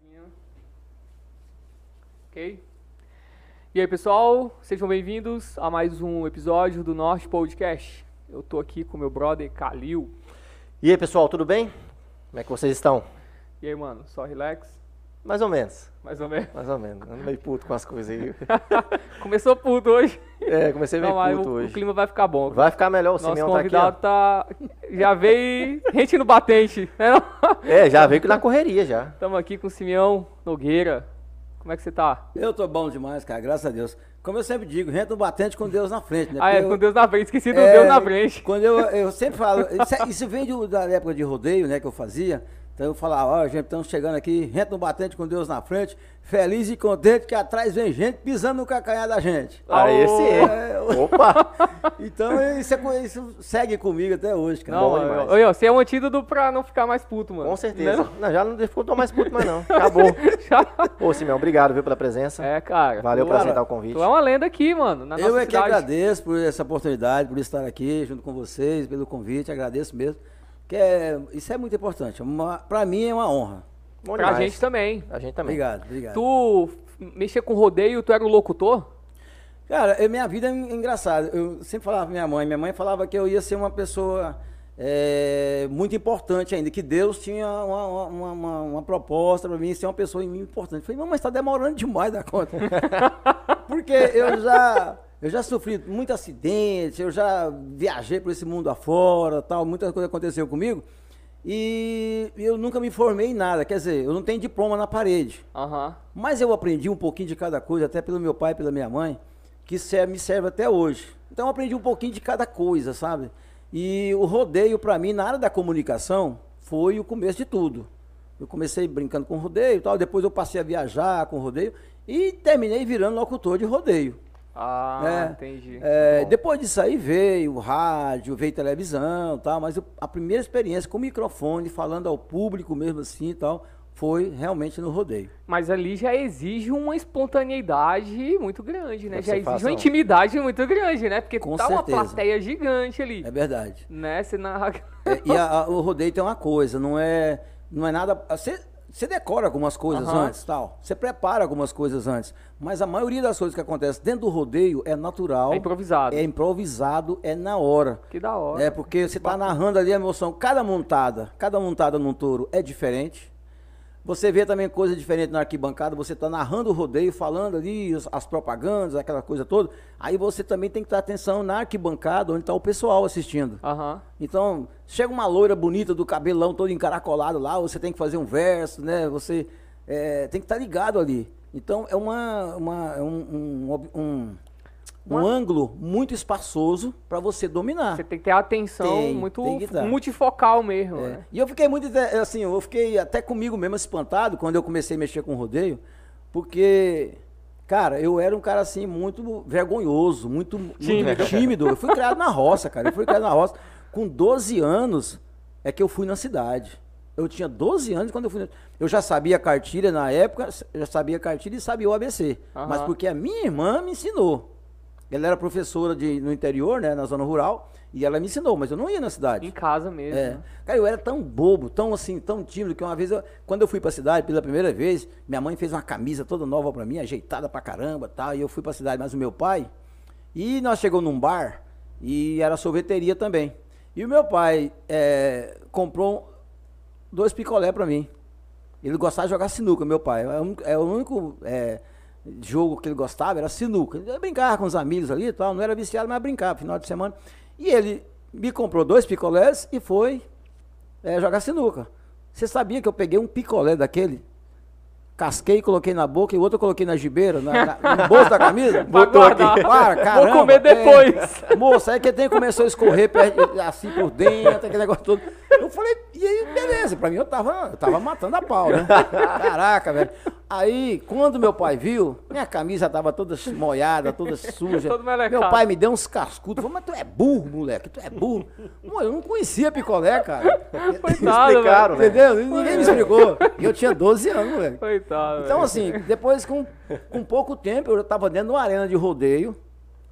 Ok? E aí, pessoal, sejam bem-vindos a mais um episódio do Norte Podcast. Eu tô aqui com meu brother Kalil. E aí, pessoal, tudo bem? Como é que vocês estão? E aí, mano, só relax? Mais ou menos. Mais ou menos. Mais ou menos. Ando meio puto com as coisas aí. Começou puto hoje. É, comecei meio puto o hoje. O clima vai ficar bom. Vai ficar melhor, o Nosso Simeão tá aqui, convidado já veio rente no batente, né? já veio na correria já. Estamos aqui com o Simeão Nogueira. Como é que você tá? Eu tô bom demais, cara, graças a Deus. Como eu sempre digo, renta no batente com Deus na frente, né? Com Deus na frente, esqueci do Deus na frente. Quando eu sempre falo, isso vem da época de rodeio, né, que eu fazia. Então eu falava, ó, gente, estamos chegando aqui, renta no batente com Deus na frente, feliz e contente que atrás vem gente pisando no calcanhar da gente. Esse é. Opa! Então isso segue comigo até hoje, cara. Não, você é um antídoto pra não ficar mais puto, mano. Com certeza. Não, já não ficou mais puto mais não. Acabou. Ô, Simeão, obrigado, viu, pela presença. É, cara. Valeu por aceitar o convite. Tu é uma lenda aqui, mano, na nossa Eu cidade. Que agradeço por essa oportunidade, por estar aqui junto com vocês, pelo convite, agradeço mesmo. Isso é muito importante. Pra mim é uma honra. Bom pra demais. gente também. A gente também. Obrigado. Tu mexia com rodeio, tu era o locutor? Cara, minha vida é engraçada. Eu sempre falava pra minha mãe falava que eu ia ser uma pessoa muito importante ainda, que Deus tinha uma proposta pra mim ser uma pessoa importante. Eu falei, mas tá demorando demais da conta. Porque eu já sofri muito acidente, eu já viajei por esse mundo afora, tal, muita coisa aconteceu comigo. E eu nunca me formei em nada, quer dizer, eu não tenho diploma na parede. Mas eu aprendi um pouquinho de cada coisa, até pelo meu pai e pela minha mãe, que me serve até hoje. Então eu aprendi um pouquinho de cada coisa, sabe? E o rodeio, pra mim, na área da comunicação, foi o começo de tudo. Eu comecei brincando com rodeio e tal, depois eu passei a viajar com rodeio e terminei virando locutor de rodeio. Entendi. Depois disso aí veio rádio, veio televisão e tal, mas a primeira experiência com o microfone, falando ao público mesmo assim e tal, foi realmente no rodeio. Mas ali já exige uma espontaneidade muito grande, né? Já exige uma intimidade muito grande, né? Porque com tá certeza. Uma plateia gigante ali. É verdade. Né? Você narra... O rodeio tem uma coisa, não é nada... Você decora algumas coisas antes, tal. Você prepara algumas coisas antes. Mas a maioria das coisas que acontecem dentro do rodeio é natural. É improvisado. É improvisado, é na hora. Que da hora. É porque você tá narrando ali a emoção. Cada montada num touro é diferente. Você vê também coisa diferente na arquibancada, você tá narrando o rodeio, falando ali as propagandas, aquela coisa toda. Aí você também tem que ter atenção na arquibancada, onde tá o pessoal assistindo. Então, chega uma loira bonita do cabelão todo encaracolado lá, você tem que fazer um verso, né? Você tem que estar ligado ali. Então, é um ângulo muito espaçoso para você dominar. Você tem que ter atenção muito multifocal mesmo. Né? E eu fiquei eu fiquei até comigo mesmo espantado quando eu comecei a mexer com rodeio, porque, cara, eu era um cara assim muito vergonhoso, muito tímido. Eu fui criado na roça, cara. Com 12 anos é que eu fui na cidade. Eu tinha 12 anos quando eu fui. Eu já sabia cartilha na época, e sabia o ABC. Mas porque a minha irmã me ensinou. Ela era professora no interior, né, na zona rural, e ela me ensinou, mas eu não ia na cidade. Em casa mesmo. Né? Cara, eu era tão bobo, tão tímido, que uma vez, quando eu fui pra cidade pela primeira vez, minha mãe fez uma camisa toda nova pra mim, ajeitada pra caramba, tal, e eu fui pra cidade, mas o meu pai, e nós chegamos num bar, e era sorveteria também. E o meu pai comprou 2 picolé pra mim. Ele gostava de jogar sinuca, meu pai. É o único jogo que ele gostava, era sinuca. Ele brincava com os amigos ali e tal, não era viciado, mas brincava, final de semana. E ele me comprou 2 picolés e foi jogar sinuca. Você sabia que eu peguei um picolé daquele, casquei e coloquei na boca e o outro eu coloquei na gibeira, no bolso da camisa? Botou aqui. Caramba, vou comer depois. Moça, aí que começou a escorrer assim por dentro, aquele negócio todo. Eu falei, e aí, beleza, pra mim eu tava matando a pau, né? Caraca, velho. Aí, quando meu pai viu, minha camisa tava toda molhada, toda suja. Meu pai me deu uns cascudos. Falou, mas tu é burro, moleque, tu é burro. Eu não conhecia picolé, cara. Coitado, explicaram, né? Entendeu? Ninguém me explicou. E eu tinha 12 anos, moleque. Coitado, então, assim, depois, com pouco tempo, eu tava dentro de uma arena de rodeio,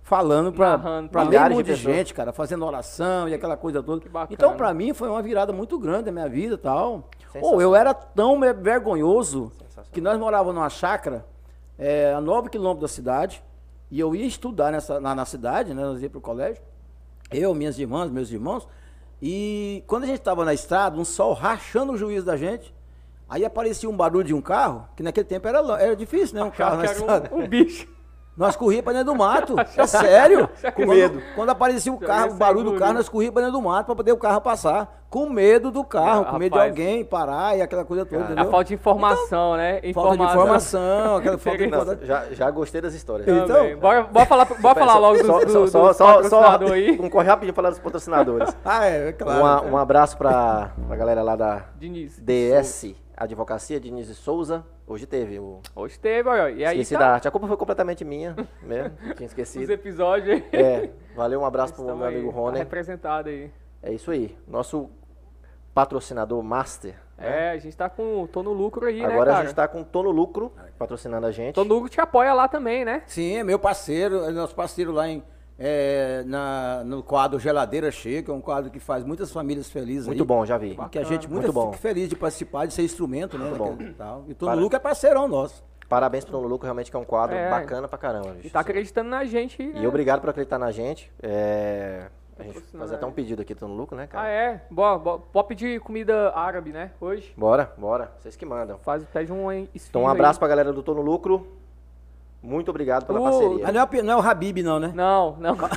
falando Narrando pra pra meio milhares mundo de de pessoas. gente, cara, fazendo oração e aquela coisa toda. Que bacana. Então, pra mim, foi uma virada muito grande da minha vida e tal. Sensacional. Eu era tão vergonhoso que nós morávamos numa chácara a 9 quilômetros da cidade, e eu ia estudar na cidade, né? Nós ia pro colégio, eu, minhas irmãs, meus irmãos, e quando a gente estava na estrada, um sol rachando o juízo da gente, aí aparecia um barulho de um carro, que naquele tempo era difícil, né? Um carro na estrada. Um bicho. Nós corríamos pra dentro do mato, é sério. Com medo. Quando aparecia o carro, ia o barulho do sair carro, por nós corríamos pra dentro do mato pra poder o carro passar. Com medo do carro, com medo de rapaz. alguém parar e aquela coisa toda, A entendeu? falta de informação, né? Falta de informação, aquela falta de Não, informação. já gostei das histórias. Também. Bora falar logo dos patrocinadores aí. Vamos correr rapidinho falar dos patrocinadores. É claro. Um abraço pra galera lá da Diniz. DS Advocacia, Diniz e Souza. Hoje teve o... Hoje teve, olha. E aí Esqueci tá da arte. A culpa foi completamente minha, mesmo. Tinha os esquecido. episódios aí. Valeu, um abraço pro Estão meu aí, amigo tá Rony. representado aí. É isso aí. Nosso patrocinador master. Né? A gente tô no lucro aí, né, Agora cara? a gente tá com Tô no Lucro patrocinando a gente. Tô no lucro te apoia lá também, né? Sim, é meu parceiro, é nosso parceiro lá no quadro Geladeira Cheia, que é um quadro que faz muitas famílias felizes Muito aí. bom, já vi. Que a gente Muito bom. fica feliz de participar, de ser instrumento, né? Muito bom. daquele tal. E todo Lucro é parceirão nosso. Parabéns pro Tô no Lucro, realmente que é um quadro É. bacana pra caramba. Bicho. E tá acreditando na gente. E né? obrigado por acreditar na gente. A gente Patrocinando fazer até um aí. pedido aqui do Tô no Lucro, né, cara? Ah, é? Pode pedir comida árabe, né? Hoje. Bora. Vocês que mandam. Pede um esfirra Então um abraço pra galera do Tô no Lucro. Muito obrigado pela parceria. Mas não é o Habib, não, né? Não.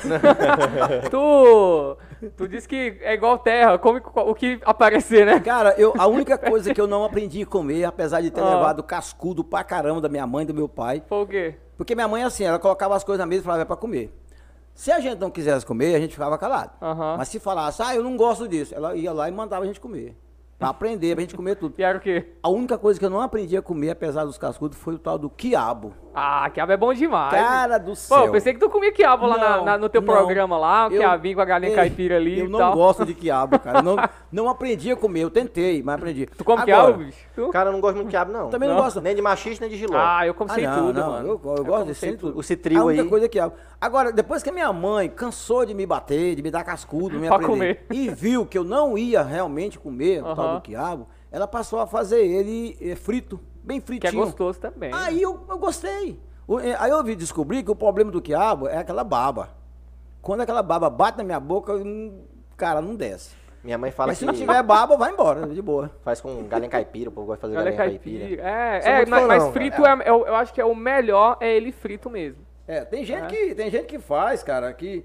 tu disse que é igual terra, come o que aparecer, né? Cara, a única coisa que eu não aprendi a comer, apesar de ter levado cascudo pra caramba da minha mãe e do meu pai, Foi o quê? porque minha mãe, assim, ela colocava as coisas na mesa e falava, é pra comer. Se a gente não quisesse comer, a gente ficava calado. Aham. Mas se falasse, eu não gosto disso, ela ia lá e mandava a gente comer. Pra aprender, pra gente comer tudo. E era o quê? A única coisa que eu não aprendi a comer, apesar dos cascudos, foi o tal do quiabo. Ah, quiabo é bom demais. Cara do Pô, céu. eu pensei que tu comia quiabo lá Não, no teu não. programa lá, o Eu- quiabinho com a galinha Ei, caipira ali Eu e não tal. gosto de quiabo, cara. Não aprendi a comer. Eu tentei, mas aprendi. Tu come Agora, quiabo, bicho? Tu? Cara, eu não gosto muito de quiabo, não. Também não gosto. Nem de machista, nem de giló. Ah, eu como sei tudo, não, mano. Eu gosto como desse sei tudo. O citril A única aí. coisa é quiabo. Agora, depois que a minha mãe cansou de me bater, de me dar cascudo, me Pra aprender, comer. e viu que eu não ia realmente comer o tal Aham. do quiabo, ela passou a fazer ele frito, bem Que é fritinho. gostoso também. Aí eu gostei. Aí eu descobri que o problema do quiabo é aquela baba. Quando aquela baba bate na minha boca, cara, não desce. Minha mãe fala Mas que se não tiver baba, vai embora, de boa. faz com galinha caipira, o povo gosta de fazer Galinha galinha caipira. caipira. É, muito fã, mas não, frito eu acho que é o melhor, é ele frito mesmo. Tem gente que faz, cara, que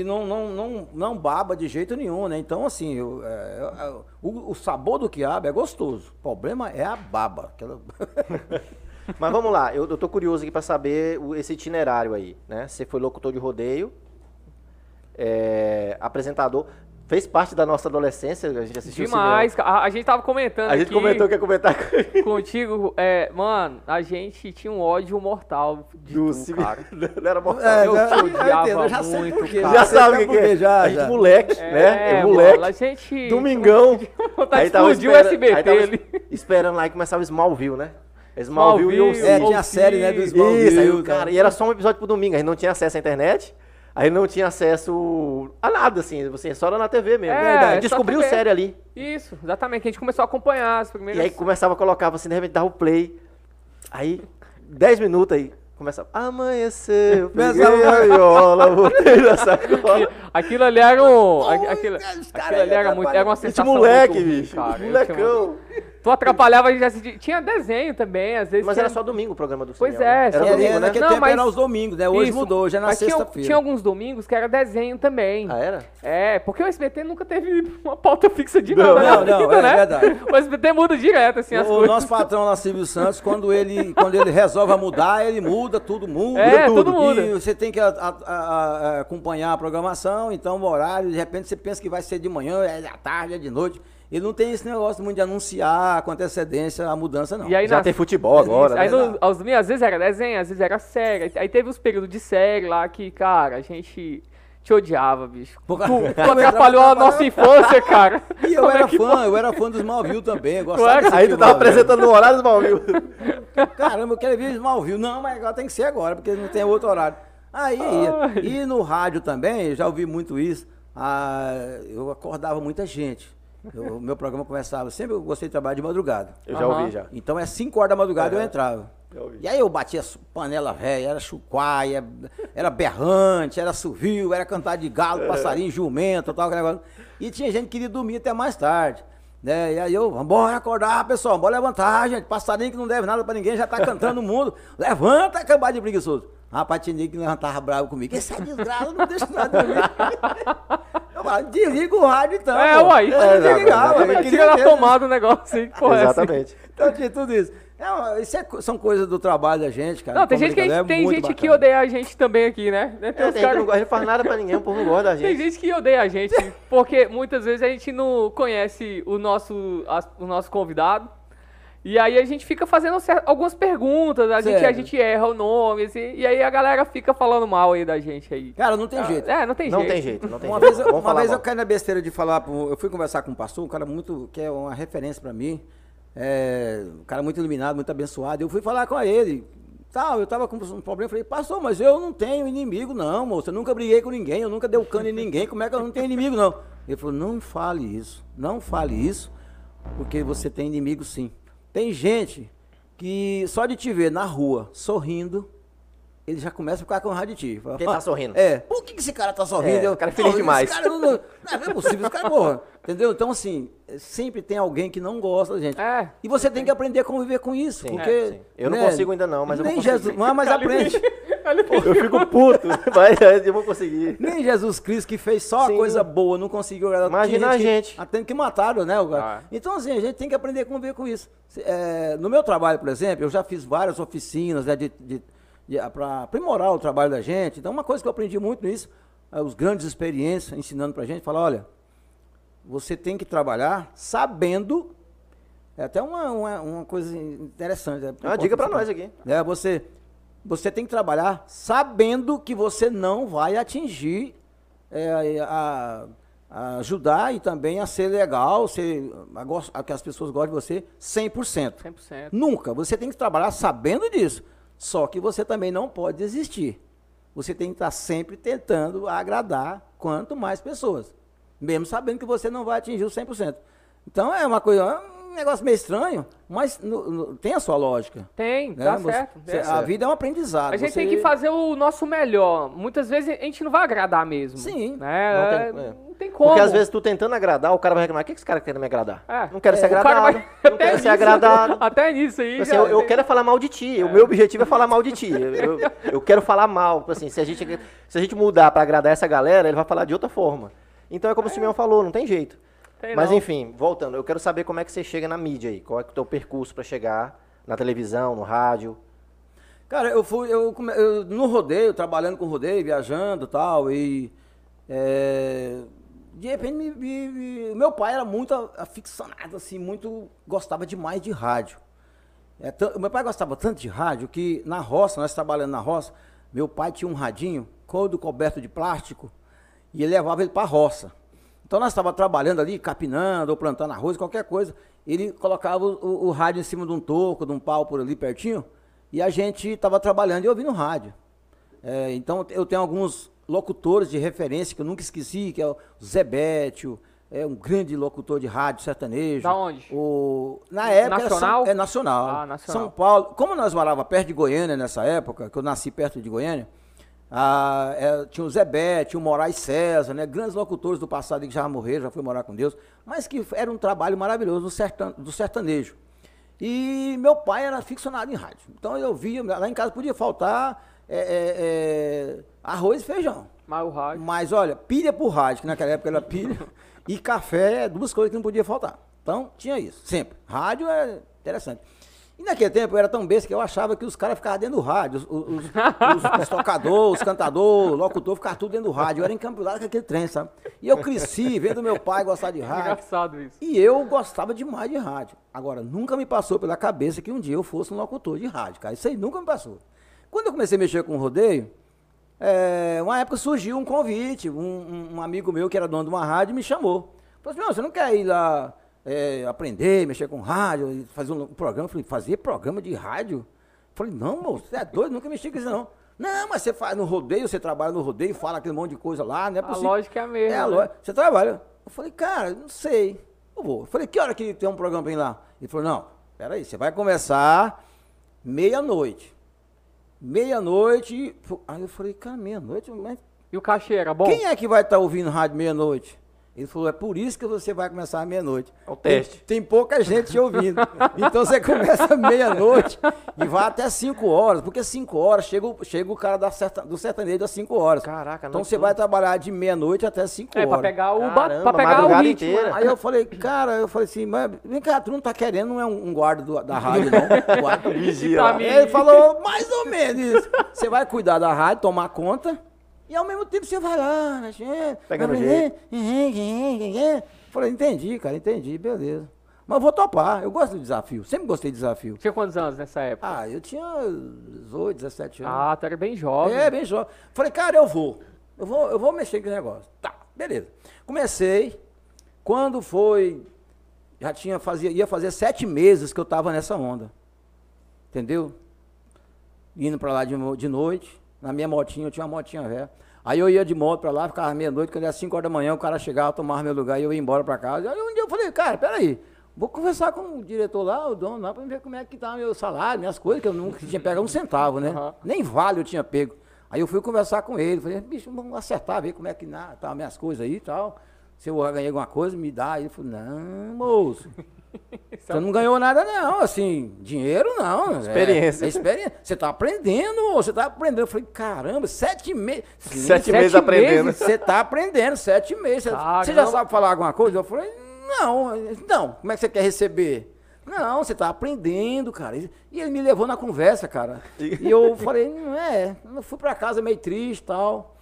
não baba de jeito nenhum, né? Então, assim, o sabor do quiabo é gostoso. O problema é a baba. Mas vamos lá, eu tô curioso aqui pra saber esse itinerário aí, né? Você foi locutor de rodeio, apresentador, fez parte da nossa adolescência, a gente assistiu Demais. A gente tava comentando A gente aqui comentou que ia comentar contigo. Mano, a gente tinha um ódio mortal de do tu, cara. Não era mortal. eu te odiava já sei muito, por quê. cara. Já sabe o que é. Já, A gente já. moleque, né? Moleque. Mano, a gente... Domingão. Vontade de explodir o SBT ali. Esperando lá e começava Smallville, né? Smallville e o Smallville. Tinha a série, né, do Isso, Smallville. aí, cara, e era só um episódio pro domingo, a gente não tinha acesso à internet, aí não tinha acesso a nada, assim, você só era na TV mesmo. É, só Descobriu TV. série ali. Isso, exatamente. Que a gente começou a acompanhar as primeiras... E aí começava a colocar, assim, de repente dava o play. Aí, 10 minutos aí, começava, amanheceu, peguei a viola, botei na sacola. Aquilo ali era um... Aquilo ali era muito... Era uma Esse sensação moleque, muito ruim, bicho, cara. Eu tinha molecão. Tu atrapalhava, a gente assistia. Tinha desenho também, às vezes. Mas tinha... era só domingo o programa do Pois Simeão, é, né? Era sim. domingo, né? Naquele Não, tempo mas- era aos domingos, né? Hoje Isso, mudou, hoje é na mas tinha sexta-feira. alguns domingos que era desenho também. Ah, era? Porque o SBT nunca teve uma pauta fixa de Não, nada na não, vida, é né? verdade. O SBT muda direto, assim, as O coisas. nosso patrão lá, Silvio Santos, quando ele resolve mudar, ele muda, tudo muda. Tudo muda. E você tem que acompanhar a programação, então o horário, de repente você pensa que vai ser de manhã, é à tarde, é de noite. Ele não tem esse negócio muito de anunciar com antecedência a mudança, não. E aí, Já tem futebol agora, Aí né? aos domingos, às vezes era desenho, às vezes era série. Aí teve os períodos de série lá que, cara, a gente te odiava, bicho. Por Tu causa- atrapalhou a nossa infância, cara. E eu Como é era que fã, eu era fã do Smallville também. Eu gostava Claro. desse Aí tu tava Smallville. apresentando no horário do Smallville. Caramba, eu quero ver Smallville. Não, mas agora tem que ser agora, porque não tem outro horário. Aí ia. E no rádio também, eu já ouvi muito isso, eu acordava muita gente. Meu programa começava, sempre eu gostei de trabalhar de madrugada. Eu já ouvi já. Então 5 horas da madrugada eu entrava. E aí eu batia panela velha, era chuquaia, era berrante, era assovio, era cantar de galo, passarinho, jumento, tal, aquele negócio. E tinha gente que queria dormir até mais tarde. Né? E aí vambora acordar, pessoal, bora levantar, gente. Passarinho que não deve nada pra ninguém, já tá cantando o mundo. Levanta, acabar de preguiçoso. Rapaz, tinha que levantava bravo comigo. Esse é desgraça, não deixa nada dormir. Eu falava, desliga o rádio então. Uai. Desligava. Tira na tomada o negócio aí. Exatamente. Então tinha tudo isso. São coisas do trabalho da gente, cara. Não, tem gente que odeia a gente também aqui, né? Tem gente que não gosta de fazer nada pra ninguém, o povo não gosta da gente. Tem gente que odeia a gente, porque muitas vezes a gente não conhece o nosso convidado. E aí a gente fica fazendo algumas perguntas, a gente erra o nome, assim, e aí a galera fica falando mal aí da gente aí. Cara, não tem jeito. Não tem jeito. Uma vez eu caí na besteira de falar, eu fui conversar com um pastor, um cara que é uma referência pra mim, um cara muito iluminado, muito abençoado, eu fui falar com ele, eu tava com um problema, falei, pastor, mas eu não tenho inimigo não, moço, eu nunca briguei com ninguém, eu nunca dei o cano em ninguém, como é que eu não tenho inimigo não? Ele falou, não fale isso, porque você tem inimigo sim. Tem gente que só de te ver na rua sorrindo, ele já começa a ficar com raiva de ti. Quem tá sorrindo? Por que esse cara tá sorrindo? O cara é feliz demais. Esse cara não é possível, esse cara morra. Entendeu? Então, assim, sempre tem alguém que não gosta da gente. E você tem que aprender a conviver com isso. Sim, porque, sim. Eu não consigo ainda não, mas eu vou conseguir. Jesus, mas aprende. Eu fico puto, mas eu vou conseguir. Nem Jesus Cristo, que fez só a coisa boa, não conseguiu agradar. Imagina a gente. Tendo que mataram, né? Então, assim, a gente tem que aprender a conviver com isso. No meu trabalho, por exemplo, eu já fiz várias oficinas, né, para aprimorar o trabalho da gente. Então, uma coisa que eu aprendi muito nisso, os grandes experiências ensinando pra gente, falar, olha, você tem que trabalhar sabendo, até uma coisa interessante. Uma dica pra nós aqui. Você tem que trabalhar sabendo que você não vai atingir, a ajudar e também a ser legal, a que as pessoas gostem de você 100%. 100%. Nunca. Você tem que trabalhar sabendo disso. Só que você também não pode desistir. Você tem que estar sempre tentando agradar quanto mais pessoas. Mesmo sabendo que você não vai atingir o 100%. Então é um negócio meio estranho, mas tem a sua lógica. Tem, né? Tá certo. A vida é um aprendizado. A gente tem que fazer o nosso melhor. Muitas vezes a gente não vai agradar mesmo. Sim. Né? Não tem como. Porque às vezes tu tentando agradar, o cara vai reclamar, o que esse cara quer me agradar? Não quero ser agradado, não quero ser agradado. Até nisso aí. Assim, eu quero falar mal de ti, o meu objetivo é falar mal de ti. Eu quero falar mal, assim, se a gente mudar pra agradar essa galera, ele vai falar de outra forma. Então é como o Simeão falou, não tem jeito. Mas enfim, voltando, eu quero saber como é que você chega na mídia aí, qual é o teu percurso pra chegar na televisão, no rádio. Cara, eu no rodeio, trabalhando com rodeio, viajando e tal, e de repente meu pai era muito aficionado, assim, gostava demais de rádio. Meu pai gostava tanto de rádio que na roça, nós trabalhando na roça, meu pai tinha um radinho, todo coberto de plástico, e ele levava ele pra roça. Então nós estávamos trabalhando ali, capinando ou plantando arroz, qualquer coisa. Ele colocava o rádio em cima de um toco, de um pau por ali pertinho, e a gente estava trabalhando e ouvindo rádio. Então eu tenho alguns locutores de referência que eu nunca esqueci, que é o Zé Bétio, um grande locutor de rádio sertanejo. Da onde? Na época Nacional? Nacional. Nacional. São Paulo. Como nós morávamos perto de Goiânia nessa época, que eu nasci perto de Goiânia, tinha o Zé Bétio, tinha o Moraes César, né? Grandes locutores do passado que já morreram, já foi morar com Deus, mas que era um trabalho maravilhoso do sertanejo. E meu pai era aficionado em rádio. Então eu via, lá em casa podia faltar arroz e feijão. Mas o rádio. Mas olha, pilha pro rádio, que naquela época era pilha, e café, duas coisas que não podia faltar. Então tinha isso, sempre. Rádio é interessante. E naquele tempo eu era tão besta que eu achava que os caras ficavam dentro do rádio, os tocadores, os cantadores, o locutor, ficavam tudo dentro do rádio. Eu era encampeado com aquele trem, sabe? E eu cresci vendo meu pai gostar de rádio. Engraçado isso. E eu gostava demais de rádio. Agora, nunca me passou pela cabeça que um dia eu fosse um locutor de rádio, cara. Isso aí nunca me passou. Quando eu comecei a mexer com o rodeio, uma época surgiu um convite, um amigo meu que era dono de uma rádio me chamou. Falou assim, não, você não quer ir lá aprender, mexer com rádio, fazer um programa? Eu falei, fazer programa de rádio? Eu falei, não, moço, você é doido, nunca mexi com isso não. Não, mas você faz no rodeio, você trabalha no rodeio, fala aquele monte de coisa lá, não é possível. A lógica é a mesma. É a lógica. Você trabalha. Eu falei, cara, não sei. Eu vou. Eu falei, que hora que tem um programa pra ir lá? Ele falou, não, peraí, você vai começar meia-noite. Meia-noite. Aí eu falei, cara, meia-noite? Mas E o cachê era bom? quem é que vai estar ouvindo rádio meia-noite? Ele falou, é por isso que você vai começar à meia-noite. É o teste. Tem pouca gente te ouvindo. Então você começa meia-noite e vai até 5 horas, porque 5 horas chega o cara do sertanejo às 5 horas. Caraca, então você vai trabalhar de meia-noite até 5 horas. Pra pegar o, Caramba, pra pegar o madrugada ritmo. inteira. Né? Aí eu falei, cara, assim, mas vem cá, tu não tá querendo, não é um guarda da rádio, não. Guarda Vigia lá. Pra mim- Ele falou, mais ou menos isso. Você vai cuidar da rádio, tomar conta, e ao mesmo tempo você vai lá, né, gente? Pegando jeito. Falei, entendi, cara, entendi, beleza. Mas eu vou topar, eu gosto do desafio, sempre gostei de desafio. Tinha quantos anos nessa época? Ah, eu tinha 18, 17 anos. Ah, tu era bem jovem. É, bem jovem. Falei, cara, eu vou mexer com esse negócio. Tá, beleza. Comecei, quando foi, ia fazer 7 meses que eu tava nessa onda. Entendeu? Indo pra lá de noite, na minha motinha, eu tinha uma motinha velha. Aí eu ia de moto pra lá, ficava meia-noite, quando era 5 horas da manhã, o cara chegava, tomava meu lugar e eu ia embora pra casa. Aí um dia eu falei, cara, peraí, vou conversar com o diretor lá, o dono lá, pra ver como é que tá meu salário, minhas coisas, que eu nunca tinha pegado um centavo, né? Uhum. Nem vale eu tinha pego. Aí eu fui conversar com ele, falei, bicho, vamos acertar, ver como é que tá minhas coisas aí e tal. Se eu ganhei alguma coisa, me dá. Aí ele falou, não, moço, você não ganhou nada não, assim, dinheiro não. Experiência. É experiência. Você tá aprendendo, você tá aprendendo. Eu falei, caramba, 7 meses. 7 meses aprendendo. Você tá aprendendo, 7 meses. Você já sabe falar alguma coisa? Eu falei, não, como é que você quer receber? Não, você tá aprendendo, cara. E ele me levou na conversa, cara. E eu falei, eu fui pra casa meio triste e tal.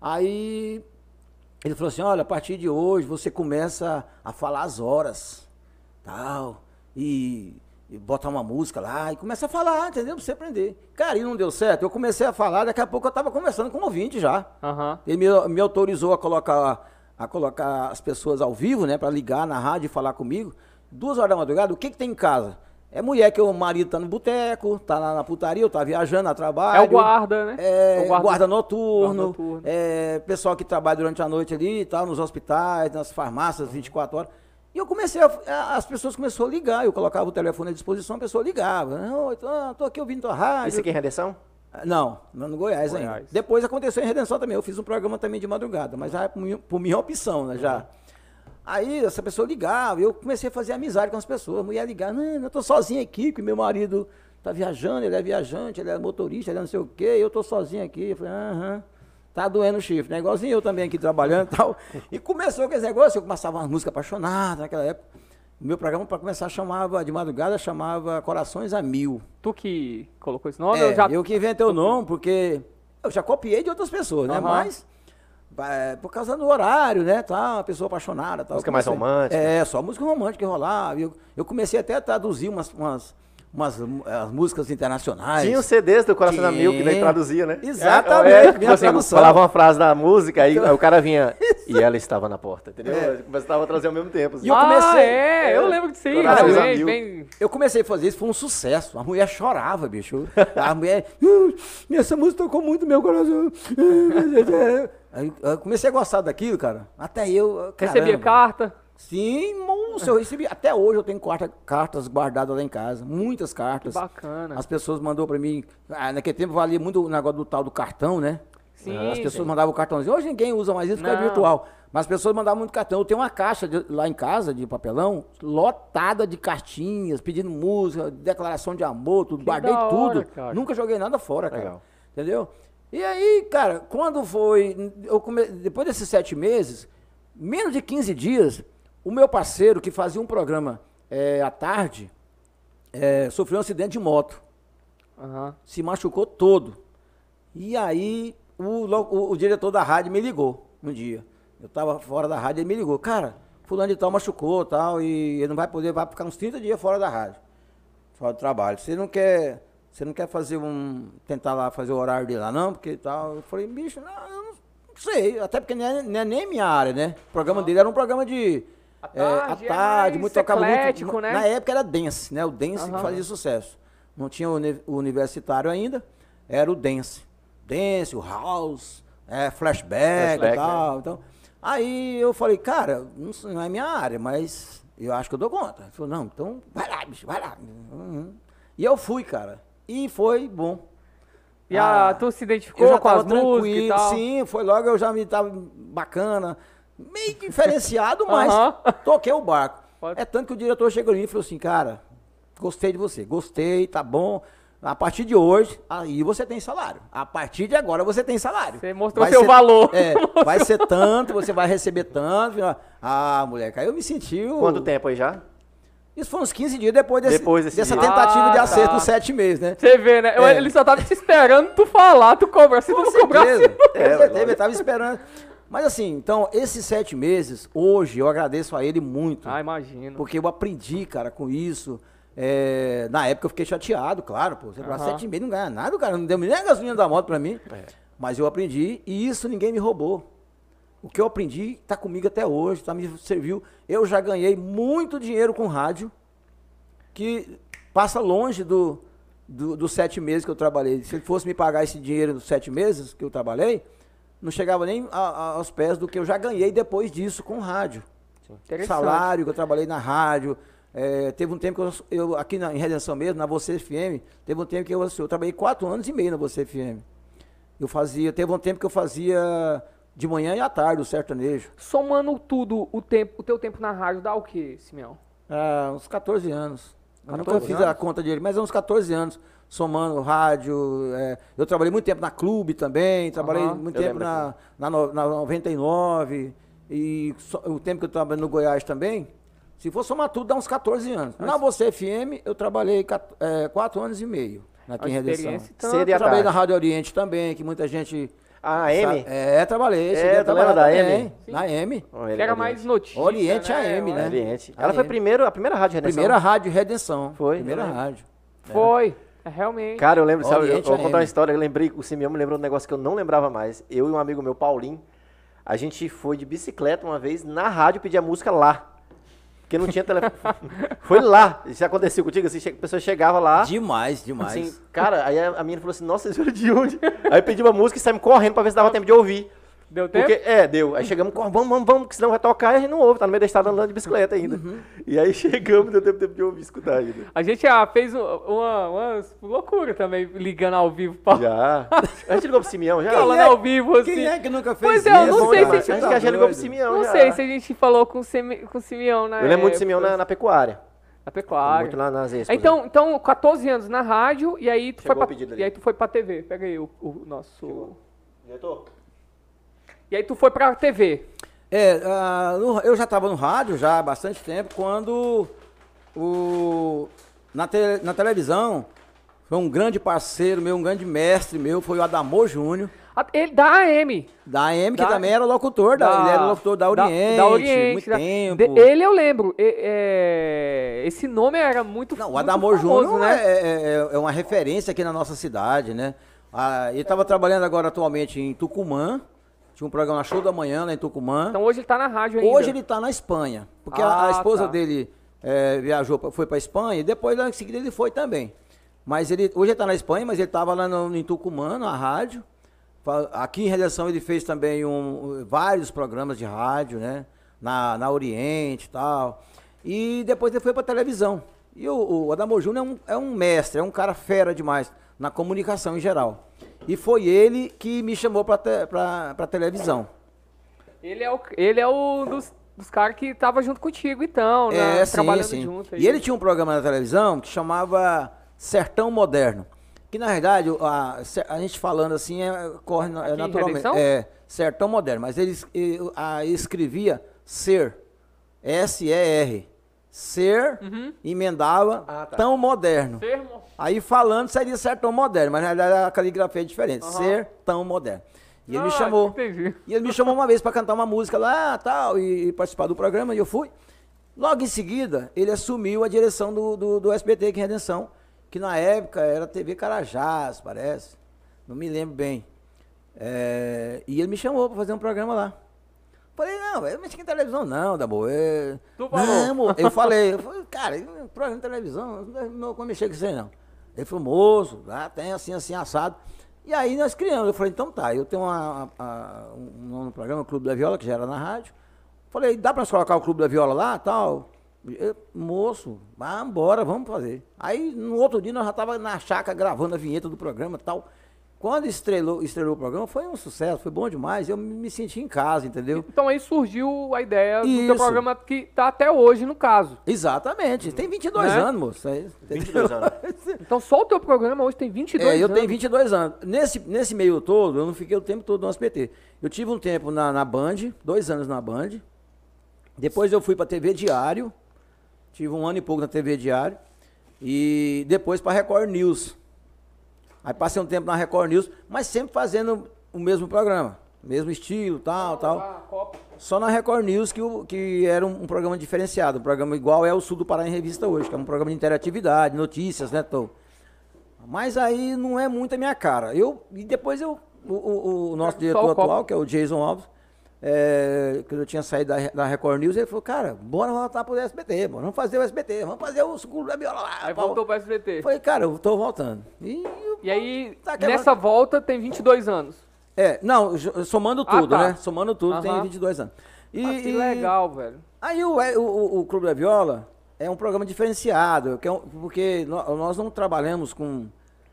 Aí ele falou assim, olha, a partir de hoje você começa a falar as horas, tal, e botar uma música lá, e começa a falar, entendeu? Pra você aprender. Cara, e não deu certo. Eu comecei a falar, daqui a pouco eu tava conversando com o ouvinte já. Uhum. Ele me autorizou a colocar as pessoas ao vivo, né, pra ligar na rádio e falar comigo. 2 horas da madrugada, o que tem em casa? É mulher que o marido tá no boteco, tá lá na putaria, ou tá viajando a trabalho. É o guarda, né? É, o guarda noturno. Guarda noturno. É, pessoal que trabalha durante a noite ali e tal, nos hospitais, nas farmácias, 24 horas. E eu comecei, as pessoas começaram a ligar, eu colocava o telefone à disposição, a pessoa ligava. Oi, tô aqui ouvindo tua rádio. Isso aqui é Redenção? Não, no Goiás ainda. Depois aconteceu em Redenção também, eu fiz um programa também de madrugada, mas já por minha opção, né, já. Aí essa pessoa ligava, eu comecei a fazer amizade com as pessoas, a mulher ligava, não, eu tô sozinho aqui, porque meu marido tá viajando, ele é viajante, ele é motorista, ele é não sei o quê, eu tô sozinho aqui. Eu falei, tá doendo o chifre, né? Igualzinho eu também aqui trabalhando e tal. E começou com esse negócio, eu começava uma música apaixonada naquela época. O meu programa, para começar, chamava, de madrugada, chamava Corações a Mil. Tu que colocou esse nome? Eu que inventei o nome, porque eu já copiei de outras pessoas, né? Mas... por causa do horário, né, tá, uma pessoa apaixonada, tal. Música mais romântica. Só música romântica que rolava. Eu comecei até a traduzir umas músicas internacionais. Tinha os CDs do Coração da Mil, que daí traduzia, né? Exatamente. Tipo assim, falava uma frase da música, aí o cara vinha, e ela estava na porta, entendeu? Começava a trazer ao mesmo tempo. Assim. E eu comecei... eu lembro disso aí. Eu comecei a fazer isso, foi um sucesso. A mulher chorava, bicho. A mulher, essa música tocou muito no meu coração. Aí eu comecei a gostar daquilo, cara. Até eu... Recebia carta? Sim, moço, eu recebi. Até hoje eu tenho cartas guardadas lá em casa. Muitas cartas. Que bacana. As pessoas mandou pra mim. Naquele tempo valia muito o negócio do tal do cartão, né? Sim. As pessoas mandavam o cartãozinho. Hoje ninguém usa mais isso, porque é virtual. Mas as pessoas mandavam muito cartão. Eu tenho uma caixa lá em casa de papelão, lotada de cartinhas, pedindo música, declaração de amor, tudo. Guardei tudo. Cara. Nunca joguei nada fora, cara. Legal. Entendeu? E aí, cara, quando foi. Depois desses 7 meses, menos de 15 dias. O meu parceiro, que fazia um programa à tarde, sofreu um acidente de moto. Se machucou todo. E aí, o diretor da rádio me ligou um dia. Eu estava fora da rádio, ele me ligou. Cara, fulano de tal machucou tal, e ele não vai poder, vai ficar uns 30 dias fora da rádio. Fora do trabalho. Você não quer fazer tentar lá fazer o horário dele lá, não? Porque tal. Eu falei, bicho, eu não sei. Até porque não é nem minha área, né? O programa dele era um programa de... À tarde, muito tocava muito, né? Na época era dance, né? O dance que fazia sucesso. Não tinha o universitário ainda, era o dance. dance, o house, flashback e tal. Então, aí eu falei, cara, não é minha área, mas eu acho que eu dou conta. Ele falou, não, então vai lá, bicho, vai lá. E eu fui, cara. E foi bom. E tu se identificou com as músicas e tal? Sim, foi logo, eu já me tava bacana, meio diferenciado, mas toquei o barco. É tanto que o diretor chegou em mim e falou assim, cara, gostei de você, gostei, tá bom. A partir de hoje, aí você tem salário. A partir de agora você tem salário. Você mostrou seu valor. Vai ser tanto, você vai receber tanto. Moleque, aí eu me senti... Quanto tempo aí já? Isso foi uns 15 dias depois dessa tentativa de acerto nos 7 meses, né? Você vê, né? Ele só tava te esperando tu falar, tu cobrar. Se tu não cobrasse... Com certeza, ele tava esperando. Mas assim, então, esses 7 meses, hoje, eu agradeço a ele muito. Imagino. Porque eu aprendi, cara, com isso. Na época eu fiquei chateado, claro, pô. Você 7 meses não ganha nada, cara. Não deu nem a gasolina da moto pra mim. Mas eu aprendi e isso ninguém me roubou. O que eu aprendi tá comigo até hoje, me serviu. Eu já ganhei muito dinheiro com rádio, que passa longe dos 7 meses que eu trabalhei. Se ele fosse me pagar esse dinheiro dos 7 meses que eu trabalhei, não chegava nem aos pés do que eu já ganhei depois disso com rádio. Salário que eu trabalhei na rádio. Teve um tempo que eu aqui em Redenção mesmo, na Você FM, teve um tempo que eu trabalhei 4 anos e meio na Você FM. Teve um tempo que eu fazia de manhã e à tarde o sertanejo. Somando tudo, o teu tempo na rádio dá o quê, Simeão? Uns 14 anos. Eu nunca fiz a conta dele, mas uns 14 anos. Somando rádio. Eu trabalhei muito tempo na Clube também, trabalhei muito tempo na 99. E o tempo que eu trabalhei no Goiás também. Se for somar tudo, dá uns 14 anos. Na Você FM, eu trabalhei 4 anos e meio aqui em Redenção. Eu trabalhei na Rádio Oriente também, que muita gente... A AM? Trabalhei. Tu lembra da AM? Na AM. Que era mais notícia, Oriente né? AM, né? Oriente. Ela foi a primeira Rádio Redenção? Primeira Rádio Redenção. Foi? Primeira rádio. Foi. Realmente. Cara, eu lembro, sabe, eu vou AM. contar uma história, o Simeão me lembrou de um negócio que eu não lembrava mais. Eu e um amigo meu, Paulinho, a gente foi de bicicleta uma vez na rádio pedir a música lá. Porque não tinha telefone. Foi lá. Isso aconteceu contigo, assim, a pessoa chegava lá. Demais. Assim, cara, aí a menina falou assim, nossa, vocês viram de onde? Aí pedimos a música e saímos correndo pra ver se dava tempo de ouvir. Deu tempo? Deu. Aí chegamos, vamos, que senão vai tocar e a gente não ouve, tá no meio da estrada andando de bicicleta ainda. E aí chegamos, deu tempo de ouvir, escutar ainda. A gente fez uma loucura também, ligando ao vivo. Já. A gente ligou pro Simeão já? Falando ao vivo, assim. Quem é que nunca fez isso? Pois eu não sei se... Acho que a gente ligou pro Simeão Não já. sei se a gente falou com o Simeão, né? Eu lembro muito do Simeão na pecuária. Na pecuária. Muito lá nas Expos. Então, 14 anos na rádio, e aí tu foi pra TV. Pega aí o nosso... Chegou. Diretor? E aí tu foi pra TV. Eu já estava no rádio já há bastante tempo, quando na televisão, foi um grande parceiro meu, um grande mestre meu, foi o Adamor Júnior. Ele da AM. Da AM, que também era locutor, ele era locutor da Oriente, da Oriente, muito tempo. Ele eu lembro, esse nome era muito Não, o muito Adamor famoso, Júnior né? é uma referência aqui na nossa cidade, né? Ele estava trabalhando agora atualmente em Tucumã. Tinha um programa Show da Manhã lá em Tucumã. Então hoje ele tá na rádio ainda. Hoje ele está na Espanha. Porque a esposa dele viajou, foi para Espanha e depois lá em seguida ele foi também. Mas hoje ele está na Espanha, mas ele estava lá em Tucumã, na rádio. Aqui em Redenção ele fez também vários programas de rádio, né? Na Oriente e tal. E depois ele foi para televisão. E o Adamor Júnior é um mestre, é um cara fera demais na comunicação em geral. E foi ele que me chamou para televisão. Ele é o dos caras que tava junto contigo, então, né? Trabalhando junto. E ele tinha um programa na televisão que chamava Sertão Moderno. Que na verdade, a gente falando assim, corre naturalmente. Sertão Moderno. Mas ele escrevia Ser. S-E-R. Ser, emendava, tão moderno. Aí falando seria Sertão Moderno, mas na verdade a caligrafia é diferente. Ser tão moderno. E ele me chamou. Entendi. E ele me chamou uma vez para cantar uma música lá, tal, e participar do programa, e eu fui. Logo em seguida, ele assumiu a direção do SBT aqui em Redenção, que na época era TV Carajás, parece. Não me lembro bem. E ele me chamou para fazer um programa lá. Falei, não, eu não mexi em televisão não, Dabo. Tu falou? Não, eu falei, cara, programa de televisão, não vou mexer com isso aí não. Ele falou, moço, lá tem assim, assado. E aí nós criamos, eu falei, então tá, eu tenho um nome no programa, o Clube da Viola, que já era na rádio. Falei, dá pra nós colocar o Clube da Viola lá, tal? Moço, bora, vamos fazer. Aí no outro dia nós já tava na chácara gravando a vinheta do programa e tal. Quando estrelou o programa, foi um sucesso, foi bom demais, eu me senti em casa, entendeu? Então aí surgiu a ideia do teu programa que tá até hoje, no caso. Exatamente, tem 22 anos, moço. 22 anos. Então só o teu programa hoje tem 22 anos. Eu tenho 22 anos. Nesse meio todo, eu não fiquei o tempo todo no SBT. Eu tive um tempo na Band, 2 anos na Band. Depois eu fui pra TV Diário, tive 1 ano e pouco na TV Diário. E depois pra Record News. Aí passei um tempo na Record News, mas sempre fazendo o mesmo programa, mesmo estilo, tal. Só na Record News que era um programa diferenciado, um programa igual é o Sul do Pará em Revista hoje, que é um programa de interatividade, notícias, né, Tom? Mas aí não é muito a minha cara. E depois o nosso diretor atual, que é o Jason Alves, que eu tinha saído da Record News, ele falou, cara, bora voltar pro SBT, vamos fazer o SBT, vamos fazer o Clube da Viola lá. Aí voltou pro SBT. Falei, cara, eu tô voltando. E aí, nessa volta, tem 22 anos. Não, somando tudo, né? Somando tudo, tem 22 anos. Que legal, velho. Aí o Clube da Viola é um programa diferenciado, porque nós não trabalhamos com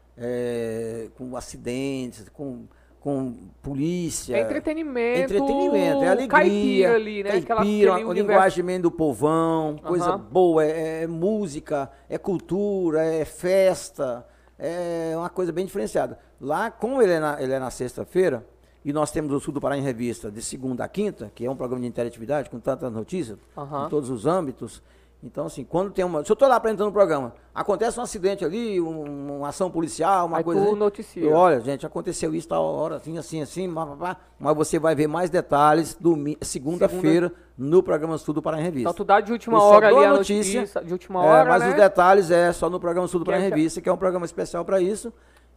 acidentes, com polícia. É entretenimento, é alegria. Caipira ali, né? Caipira, o linguagem do povão, coisa boa, é música, é cultura, é festa, é uma coisa bem diferenciada. Lá, como ele é na sexta-feira, e nós temos o Sul do Pará em Revista de segunda a quinta, que é um programa de interatividade com tantas notícias, em todos os âmbitos. Então, assim, quando tem se eu tô lá apresentando um programa, acontece um acidente ali, uma ação policial, uma coisa assim. Noticia. Olha, gente, aconteceu isso, tal hora, assim, mas você vai ver mais detalhes segunda-feira no programa Sul do Pará em Revista. Então tu dá de última hora ali a notícia de última hora, mas né? os detalhes só no programa Sul do Pará em Revista, que é um programa especial para isso,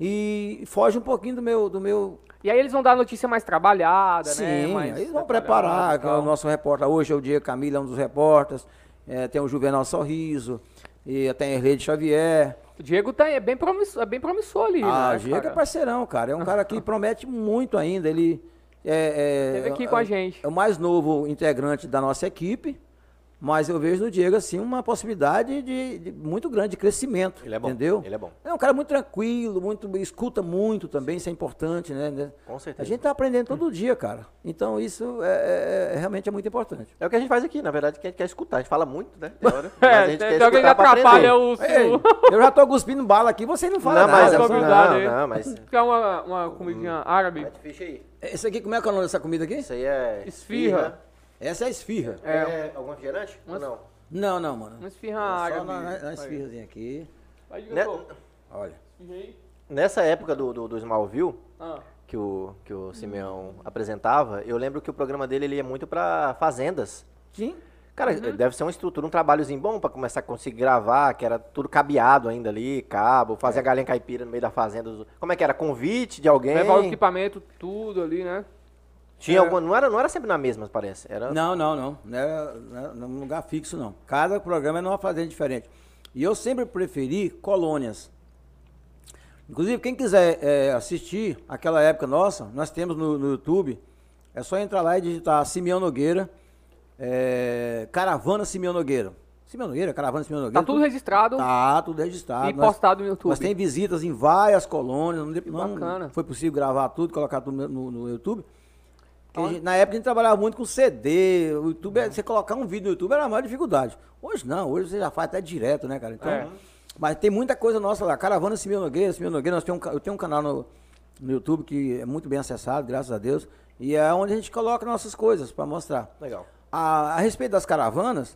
e foge um pouquinho do meu... E aí eles vão dar a notícia mais trabalhada, Sim, né? Sim, aí vão preparar, que é o nosso repórter hoje, é o Diego Camila, é um dos repórteres. Tem o Juvenal Sorriso, e tem a Herleide Xavier. O Diego é bem promissor ali, né? O Diego é parceirão, cara. É um cara que promete muito ainda. Ele esteve aqui com a gente. É o mais novo integrante da nossa equipe, mas eu vejo no Diego, assim, uma possibilidade de muito grande de crescimento. Ele é bom, entendeu? Ele é bom. É um cara muito tranquilo, escuta muito também, isso é importante, né? Com certeza. A gente tá aprendendo todo dia, cara. Então isso realmente é muito importante. É o que a gente faz aqui, na verdade, que a gente quer escutar. A gente fala muito, né? Mas a gente quer escutar atrapalha o... Eu já tô cuspindo bala aqui, você não fala nada. Não, mas... Quer uma comidinha árabe? Ficha aí. Esse aqui, como é que é o nome dessa comida aqui? Isso aí é... Esfirra. Essa é a esfirra. Algum refrigerante? Ou não? Não, mano. Uma esfirra árabe. Só na esfirrazinha aqui. Olha. Nessa época do Smallville, que o Simeão apresentava, eu lembro que o programa dele ele ia muito pra fazendas. Sim. Cara, deve ser uma estrutura, um trabalhozinho bom pra começar a conseguir gravar, que era tudo cabeado ainda ali, cabo, fazer a galinha caipira no meio da fazenda. Como é que era? Convite de alguém? Levar o equipamento, tudo ali, né? Tinha alguma, não era sempre na mesma, parece. Era... Não. Não era num lugar fixo, não. Cada programa é numa fazenda diferente. E eu sempre preferi colônias. Inclusive, quem quiser assistir aquela época nossa, nós temos no YouTube, é só entrar lá e digitar Simeão Nogueira, Caravana Simeão Nogueira. Caravana Simeão Nogueira. Tá tudo registrado. Tá, tudo registrado. E postado no YouTube. Nós tem visitas em várias colônias. Bacana. Não foi possível gravar tudo, colocar tudo no YouTube. Na época a gente trabalhava muito com CD, o YouTube, você colocar um vídeo no YouTube era a maior dificuldade. Hoje não, hoje você já faz até direto, né, cara? Então, mas tem muita coisa nossa lá. Caravana Simeão Nogueira, eu tenho um canal no YouTube que é muito bem acessado, graças a Deus, e é onde a gente coloca nossas coisas para mostrar. Legal. A respeito das caravanas,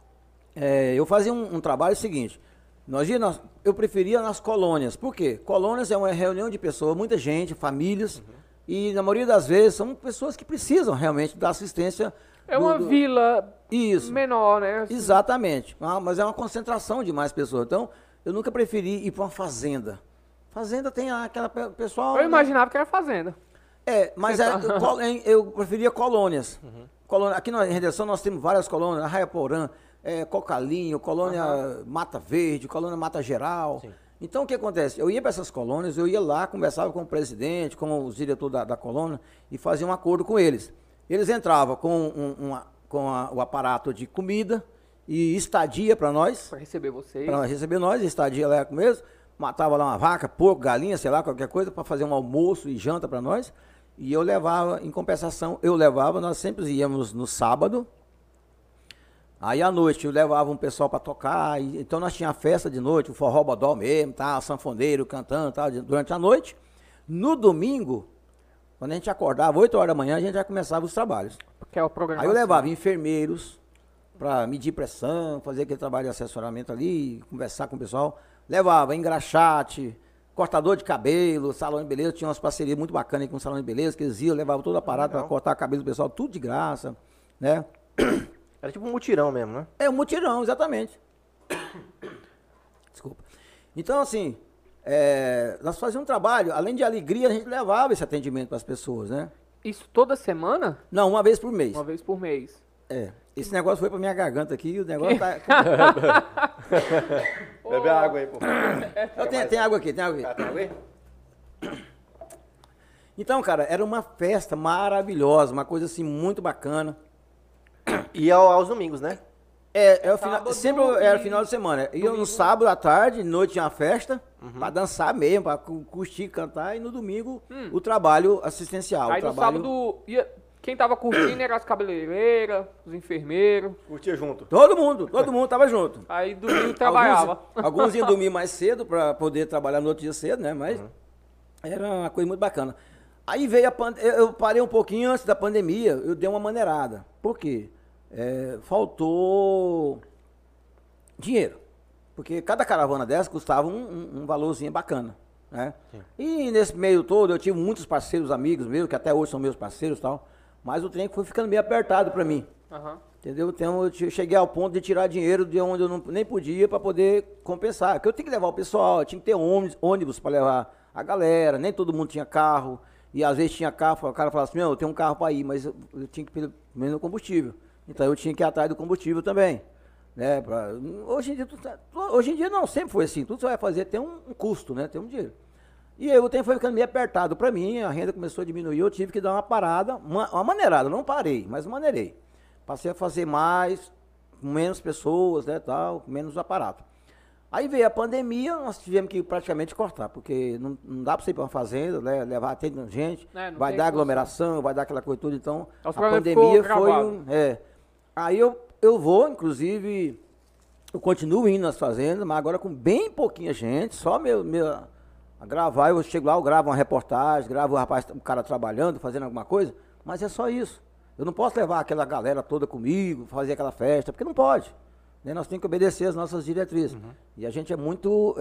eu fazia um trabalho seguinte, eu preferia nas colônias. Por quê? Colônias é uma reunião de pessoas, muita gente, famílias, e na maioria das vezes são pessoas que precisam realmente da assistência. É uma vila menor, né? Exatamente. Mas é uma concentração de mais pessoas. Então, eu nunca preferi ir para uma fazenda. Fazenda tem aquela pessoal... Eu imaginava que era fazenda. Mas eu preferia colônias. Aqui na Redenção nós temos várias colônias, Arraiaporã, Cocalinho, Colônia Mata Verde, Colônia Mata Geral. Sim. Então, o que acontece? Eu ia para essas colônias, eu ia lá, conversava com o presidente, com os diretores da colônia e fazia um acordo com eles. Eles entravam com o aparato de comida e estadia para nós. Para receber vocês. Para receber nós, estadia lá com eles. Matava lá uma vaca, porco, galinha, sei lá, qualquer coisa, para fazer um almoço e janta para nós. E eu levava, em compensação, nós sempre íamos no sábado. Aí à noite eu levava um pessoal para tocar, então nós tínhamos festa de noite, o forró bodó mesmo, tá, sanfoneiro cantando, tá, durante a noite. No domingo, quando a gente acordava, 8 horas da manhã, a gente já começava os trabalhos. Que é o programa. Aí eu levava enfermeiros para medir pressão, fazer aquele trabalho de assessoramento ali, conversar com o pessoal. Levava engraxate, cortador de cabelo, salão de beleza, tinha umas parcerias muito bacanas com o salão de beleza, que eles iam, levavam todo o aparato para cortar o cabelo do pessoal, tudo de graça, né? Era tipo um mutirão mesmo, né? É um mutirão, exatamente. Desculpa. Então, assim, nós fazíamos um trabalho, além de alegria, a gente levava esse atendimento para as pessoas, né? Isso toda semana? Não, uma vez por mês. Uma vez por mês. Esse negócio foi para minha garganta aqui, o negócio tá... Bebe água aí, pô. Tem água aqui, tem água aqui. Tem água aí? Então, cara, era uma festa maravilhosa, uma coisa assim muito bacana. E aos domingos, né? Sempre era final de semana. Ia no sábado à tarde, noite tinha uma festa, pra dançar mesmo, pra curtir, cantar, e no domingo o trabalho assistencial. Aí no sábado, quem tava curtindo era as cabeleireiras, os enfermeiros. Curtia junto. Todo mundo tava junto. Aí domingo trabalhava. Alguns iam dormir mais cedo pra poder trabalhar no outro dia cedo, né? Mas era uma coisa muito bacana. Aí veio eu parei um pouquinho antes da pandemia, eu dei uma maneirada. Por quê? Faltou dinheiro, porque cada caravana dessa custava um valorzinho bacana, né? E nesse meio todo eu tive muitos parceiros, amigos meus, que até hoje são meus parceiros e tal, mas o trem foi ficando meio apertado para mim, entendeu? Então eu cheguei ao ponto de tirar dinheiro de onde eu nem podia para poder compensar, porque eu tinha que levar o pessoal, eu tinha que ter ônibus para levar a galera, nem todo mundo tinha carro, e às vezes tinha carro, o cara falava assim, eu tenho um carro para ir, mas eu tinha que pelo menos no combustível. Então eu tinha que ir atrás do combustível também, né? Hoje em dia não, sempre foi assim, tudo você vai fazer tem um custo, né? Tem um dinheiro. E aí o tempo foi ficando meio apertado para mim, a renda começou a diminuir, eu tive que dar uma parada, uma maneirada, não parei, mas maneirei. Passei a fazer mais, com menos pessoas, né, tal, com menos aparato. Aí veio a pandemia, nós tivemos que praticamente cortar, porque não dá para você ir para uma fazenda, né, levar até gente, vai dar aglomeração, vai dar aquela coisa toda, então a pandemia foi Aí eu vou, inclusive, eu continuo indo nas fazendas, mas agora com bem pouquinha gente, só a gravar, eu chego lá, eu gravo uma reportagem, gravo o cara trabalhando, fazendo alguma coisa, mas é só isso. Eu não posso levar aquela galera toda comigo, fazer aquela festa, porque não pode. Né? Nós temos que obedecer as nossas diretrizes. E a gente é muito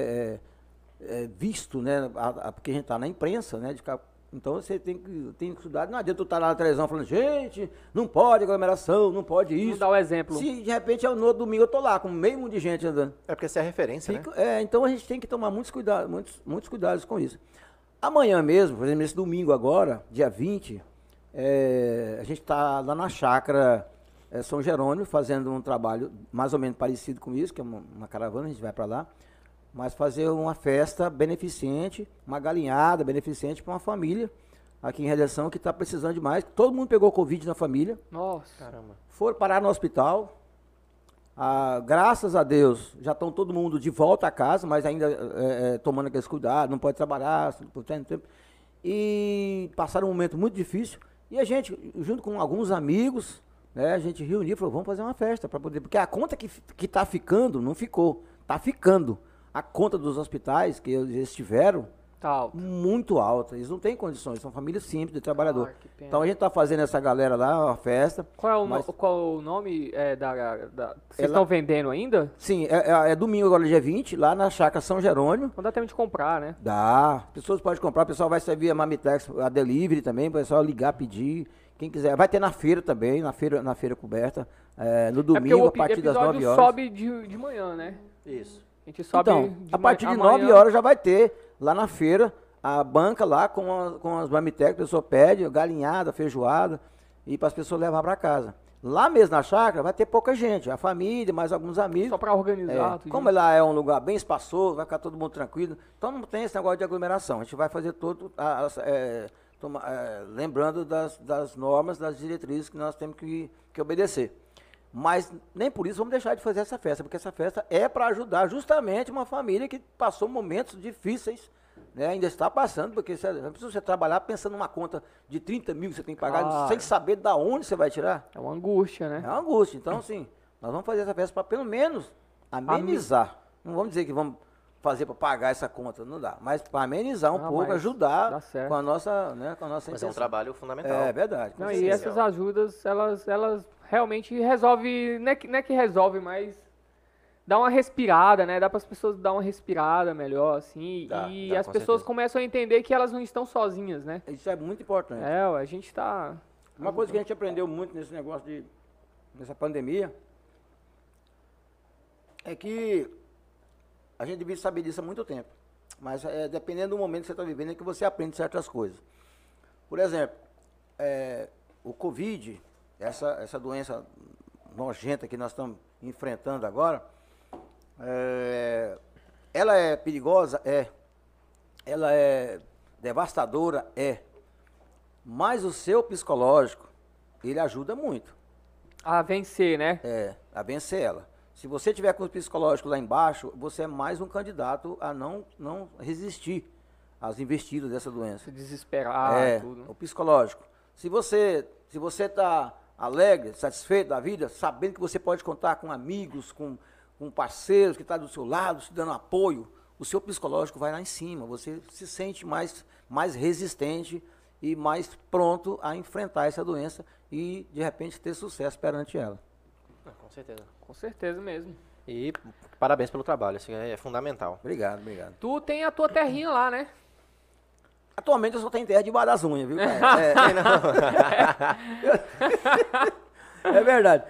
visto, né? Porque a gente está na imprensa, né? Então você tem que estudar. Não adianta tu estar lá na televisão falando, gente, não pode aglomeração, não pode isso. Não dá o exemplo. Se de repente no outro domingo eu tô lá com meio mundo de gente andando. É porque essa é a referência, né? Então a gente tem que tomar muitos cuidados com isso. Amanhã mesmo, por exemplo, esse domingo agora, dia 20, a gente está lá na chácara São Jerônimo, fazendo um trabalho mais ou menos parecido com isso, que é uma caravana, a gente vai para lá. Mas fazer uma festa beneficente, uma galinhada beneficente para uma família aqui em Redenção que está precisando demais. Todo mundo pegou Covid na família. Nossa, caramba. Foram parar no hospital. Graças a Deus, já estão todo mundo de volta a casa, mas ainda tomando aqueles cuidados, não pode trabalhar por tanto tempo. E passaram um momento muito difícil. E a gente, junto com alguns amigos, né, a gente reuniu e falou, vamos fazer uma festa para poder... Porque a conta que está ficando, não ficou, está ficando. A conta dos hospitais que eles tiveram, muito alta. Eles não têm condições, são famílias simples de trabalhador. Então a gente está fazendo essa galera lá, uma festa. Qual o nome vocês estão vendendo ainda? Sim, é domingo agora, dia 20, lá na chácara São Jerônimo. Não dá tempo de comprar, né? Dá. Pessoas podem comprar, o pessoal vai servir a Mamitex, a delivery também, o pessoal ligar, pedir. Quem quiser. Vai ter na feira também, na feira coberta. No domingo, a partir das 9 horas. Sobe de manhã, né? Isso. A gente sobe então, a partir de 9 horas já vai ter lá na feira a banca lá com as Mamitex, a pessoa pede, galinhada, feijoada, e para as pessoas levar para casa. Lá mesmo na chácara vai ter pouca gente, a família, mais alguns amigos. Só para organizar. Como lá é um lugar bem espaçoso, vai ficar todo mundo tranquilo. Então não tem esse negócio de aglomeração. A gente vai fazer todo, lembrando das normas, das diretrizes que nós temos que obedecer. Mas nem por isso vamos deixar de fazer essa festa, porque essa festa é para ajudar justamente uma família que passou momentos difíceis, né? Ainda está passando, porque você trabalhar pensando numa conta de 30 mil que você tem que pagar, sem saber de onde você vai tirar. É uma angústia, né? É uma angústia. Então, assim, nós vamos fazer essa festa para pelo menos amenizar. Não vamos dizer que vamos fazer para pagar essa conta, não dá. Mas para amenizar um pouco, ajudar com a nossa, né, com a nossa intenção. Mas é um trabalho fundamental. É verdade. Não, e essas ajudas, elas realmente resolvem, não é que resolve, mas dá uma respirada, né? Dá para as pessoas dar uma respirada melhor, assim. E as pessoas começam a entender que elas não estão sozinhas, né? Isso é muito importante. A gente tá... Uma coisa que a gente aprendeu muito nesse negócio nessa pandemia é que a gente devia saber disso há muito tempo. Mas dependendo do momento que você está vivendo é que você aprende certas coisas. Por exemplo, o Covid, essa doença nojenta que nós estamos enfrentando agora, ela é perigosa? Ela é devastadora? Mas o seu psicológico, ele ajuda muito. A vencer, né? A vencer ela. Se você tiver com o psicológico lá embaixo, você é mais um candidato a não resistir às investidas dessa doença. Se desesperar, tudo. O psicológico. Se você está alegre, satisfeito da vida, sabendo que você pode contar com amigos, com parceiros que estão do seu lado, te dando apoio, o seu psicológico vai lá em cima. Você se sente mais resistente e mais pronto a enfrentar essa doença e, de repente, ter sucesso perante ela. Com certeza. Com certeza mesmo. E parabéns pelo trabalho, assim, é fundamental. Obrigado. Tu tem a tua terrinha lá, né? Atualmente eu só tenho terra debaixo das unhas, viu, cara? É verdade.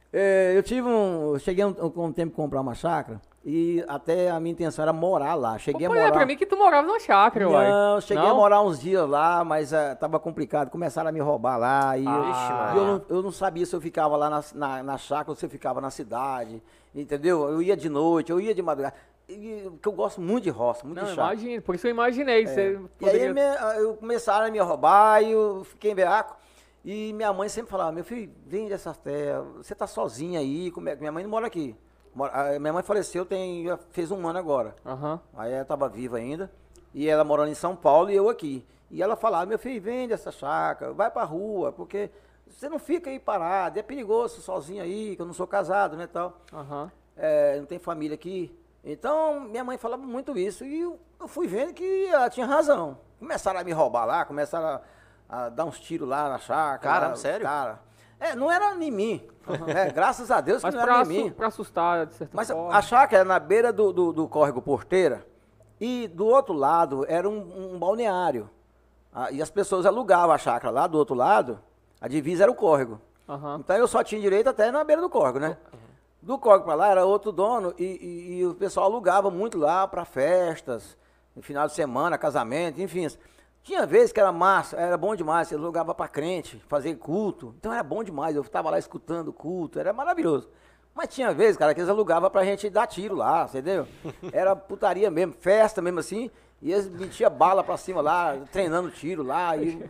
Eu cheguei com um tempo a comprar uma chácara e até a minha intenção era morar lá. Cheguei a morar... pra mim que tu morava numa chácara, uai. Não, cheguei a morar uns dias lá, mas tava complicado. Começaram a me roubar lá e eu não sabia se eu ficava lá na chácara ou se eu ficava na cidade, entendeu? Eu ia de noite, eu ia de madrugada. Porque eu gosto muito de roça, muito de chácara. Imagino, por isso eu imaginei. Você poderia... E aí começaram a me roubar e eu fiquei em veaco. E minha mãe sempre falava, meu filho, vende essas terras, você tá sozinha aí, como é? Minha mãe não mora aqui. Minha mãe faleceu, fez 1 ano agora. Aí ela estava viva ainda, e ela morando em São Paulo e eu aqui. E ela falava, meu filho, vende essa chácara, vai pra rua, porque você não fica aí parado, é perigoso sozinho aí, que eu não sou casado, né, tal. Não tem família aqui. Então, minha mãe falava muito isso, e eu fui vendo que ela tinha razão. Começaram a me roubar lá, começaram a dar uns tiros lá na chácara. Caramba, sério? Não era em mim. Graças a Deus que não era em mim. Pra assustar, de certa forma. Mas a chácara era na beira do córrego Porteira e do outro lado era um balneário. E as pessoas alugavam a chácara lá do outro lado, a divisa era o córrego. Então eu só tinha direito até na beira do córrego, né? Do córrego para lá era outro dono e o pessoal alugava muito lá para festas, no final de semana, casamento, enfim. Tinha vezes que era massa, era bom demais, você alugava para crente, fazer culto. Então era bom demais, eu estava lá escutando o culto, era maravilhoso. Mas tinha vezes, cara, que eles alugavam pra gente dar tiro lá, entendeu? Era putaria mesmo, festa mesmo assim, e eles metiam bala pra cima lá, treinando tiro lá, e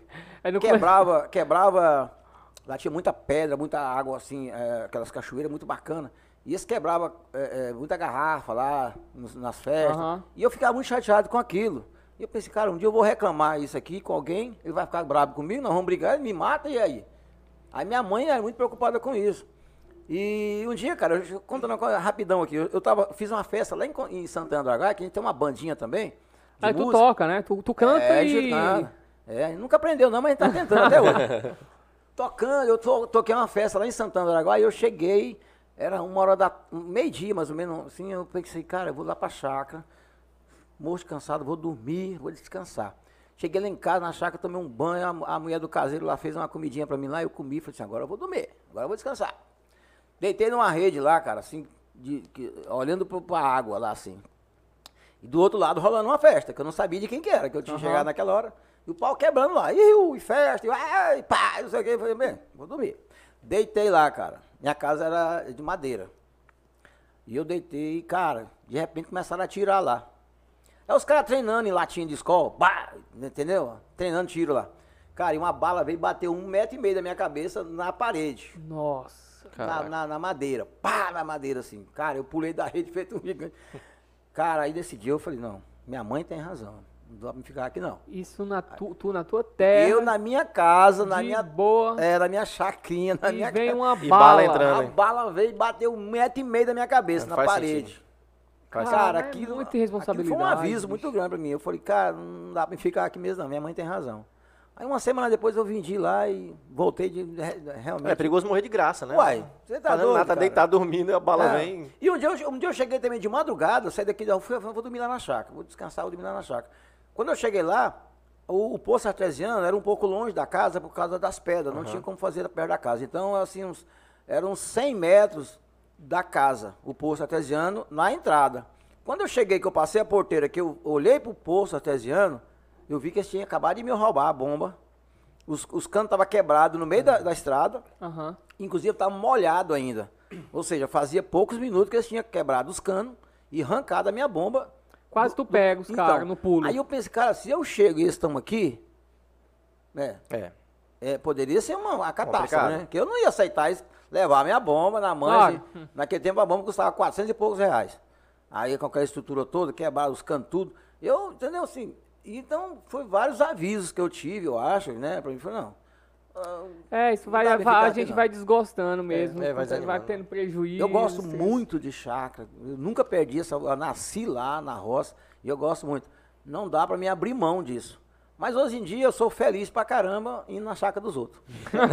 quebrava, lá tinha muita pedra, muita água assim, aquelas cachoeiras muito bacanas. E eles quebravam muita garrafa lá nas festas, e eu ficava muito chateado com aquilo. E eu pensei, cara, um dia eu vou reclamar isso aqui com alguém, ele vai ficar bravo comigo, nós vamos brigar, ele me mata, e aí? Aí minha mãe era muito preocupada com isso. E um dia, cara, eu contando uma coisa rapidão aqui, fiz uma festa lá em Santana do Araguaia, que a gente tem uma bandinha também. Aí tu toca, né? Tu canta e... Nunca aprendeu não, mas a gente tá tentando até hoje. Tocando, eu toquei uma festa lá em Santana do Araguaia, e eu cheguei, era 1h meio-dia mais ou menos, assim, eu pensei, cara, eu vou lá pra chácara, morto cansado, vou dormir, vou descansar. Cheguei lá em casa, na chácara, tomei um banho, a mulher do caseiro lá fez uma comidinha pra mim lá, eu comi, falei assim, agora eu vou dormir, agora eu vou descansar. Deitei numa rede lá, cara, assim, olhando pra água lá, assim. E do outro lado rolando uma festa, que eu não sabia de quem que era, que eu tinha chegado naquela hora. E o pau quebrando lá, e festa, e pá, não sei o que. Eu falei, bem, vou dormir. Deitei lá, cara. Minha casa era de madeira. E eu deitei, cara, de repente começaram a atirar lá. Aí os caras treinando em latinha de escola, bah, entendeu? Treinando tiro lá. Cara, e uma bala veio e bateu 1,5 metro da minha cabeça na parede. Nossa. Na madeira. Pá, na madeira assim. Cara, eu pulei da rede feito um gigante. Cara, aí desse dia eu falei, não, minha mãe tem razão. Não dá pra me ficar aqui, não. Isso tu na tua terra. Eu na minha casa, na de minha... boa. Na minha chacrinha, na minha vem casa. uma E bala. bala entrando. A bala veio e bateu 1,5 metro da minha cabeça, na Faz parede. sentido. Cara, Cara, aquilo, muita irresponsabilidade. aquilo foi um aviso muito grande pra mim. Eu falei, cara, não dá pra me ficar aqui mesmo, não. Minha mãe tem razão. Aí uma semana depois eu vendi lá e voltei realmente. É perigoso morrer de graça, né? Uai, você tá Fazendo doido, nada, cara. deitado dormindo e a bala vem. E um dia eu cheguei também de madrugada, saí daqui, eu vou dormir lá na chácara, vou descansar, vou dormir lá na chácara. Quando eu cheguei lá, o poço artesiano era um pouco longe da casa por causa das pedras, não tinha como fazer perto da casa. Então, assim, eram 100 metros da casa, o poço artesiano, na entrada. Quando eu cheguei, que eu passei a porteira, que eu olhei pro poço artesiano, eu vi que eles tinham acabado de me roubar a bomba. Os canos estavam quebrados no meio da estrada, inclusive estavam molhados ainda. Ou seja, fazia poucos minutos que eles tinham quebrado os canos e arrancado a minha bomba. Quase tu pega os caras no pulo. Aí eu pensei, cara, se eu chego e eles estão aqui, né? Poderia ser uma catástrofe, né? Que eu não ia aceitar eles levar a minha bomba na mão. Claro. Assim, naquele tempo a bomba custava 400 e poucos reais. Aí com aquela estrutura toda, quebraram os canos tudo. Entendeu assim? Então, foi vários avisos que eu tive, eu acho, né? Pra mim, foi não. Isso vai, a gente vai desgostando mesmo. Vai tendo prejuízo. Eu gosto muito de chácara. Eu nunca perdi essa. Eu nasci lá na roça e eu gosto muito. Não dá pra me abrir mão disso. Mas hoje em dia eu sou feliz pra caramba indo na chácara dos outros.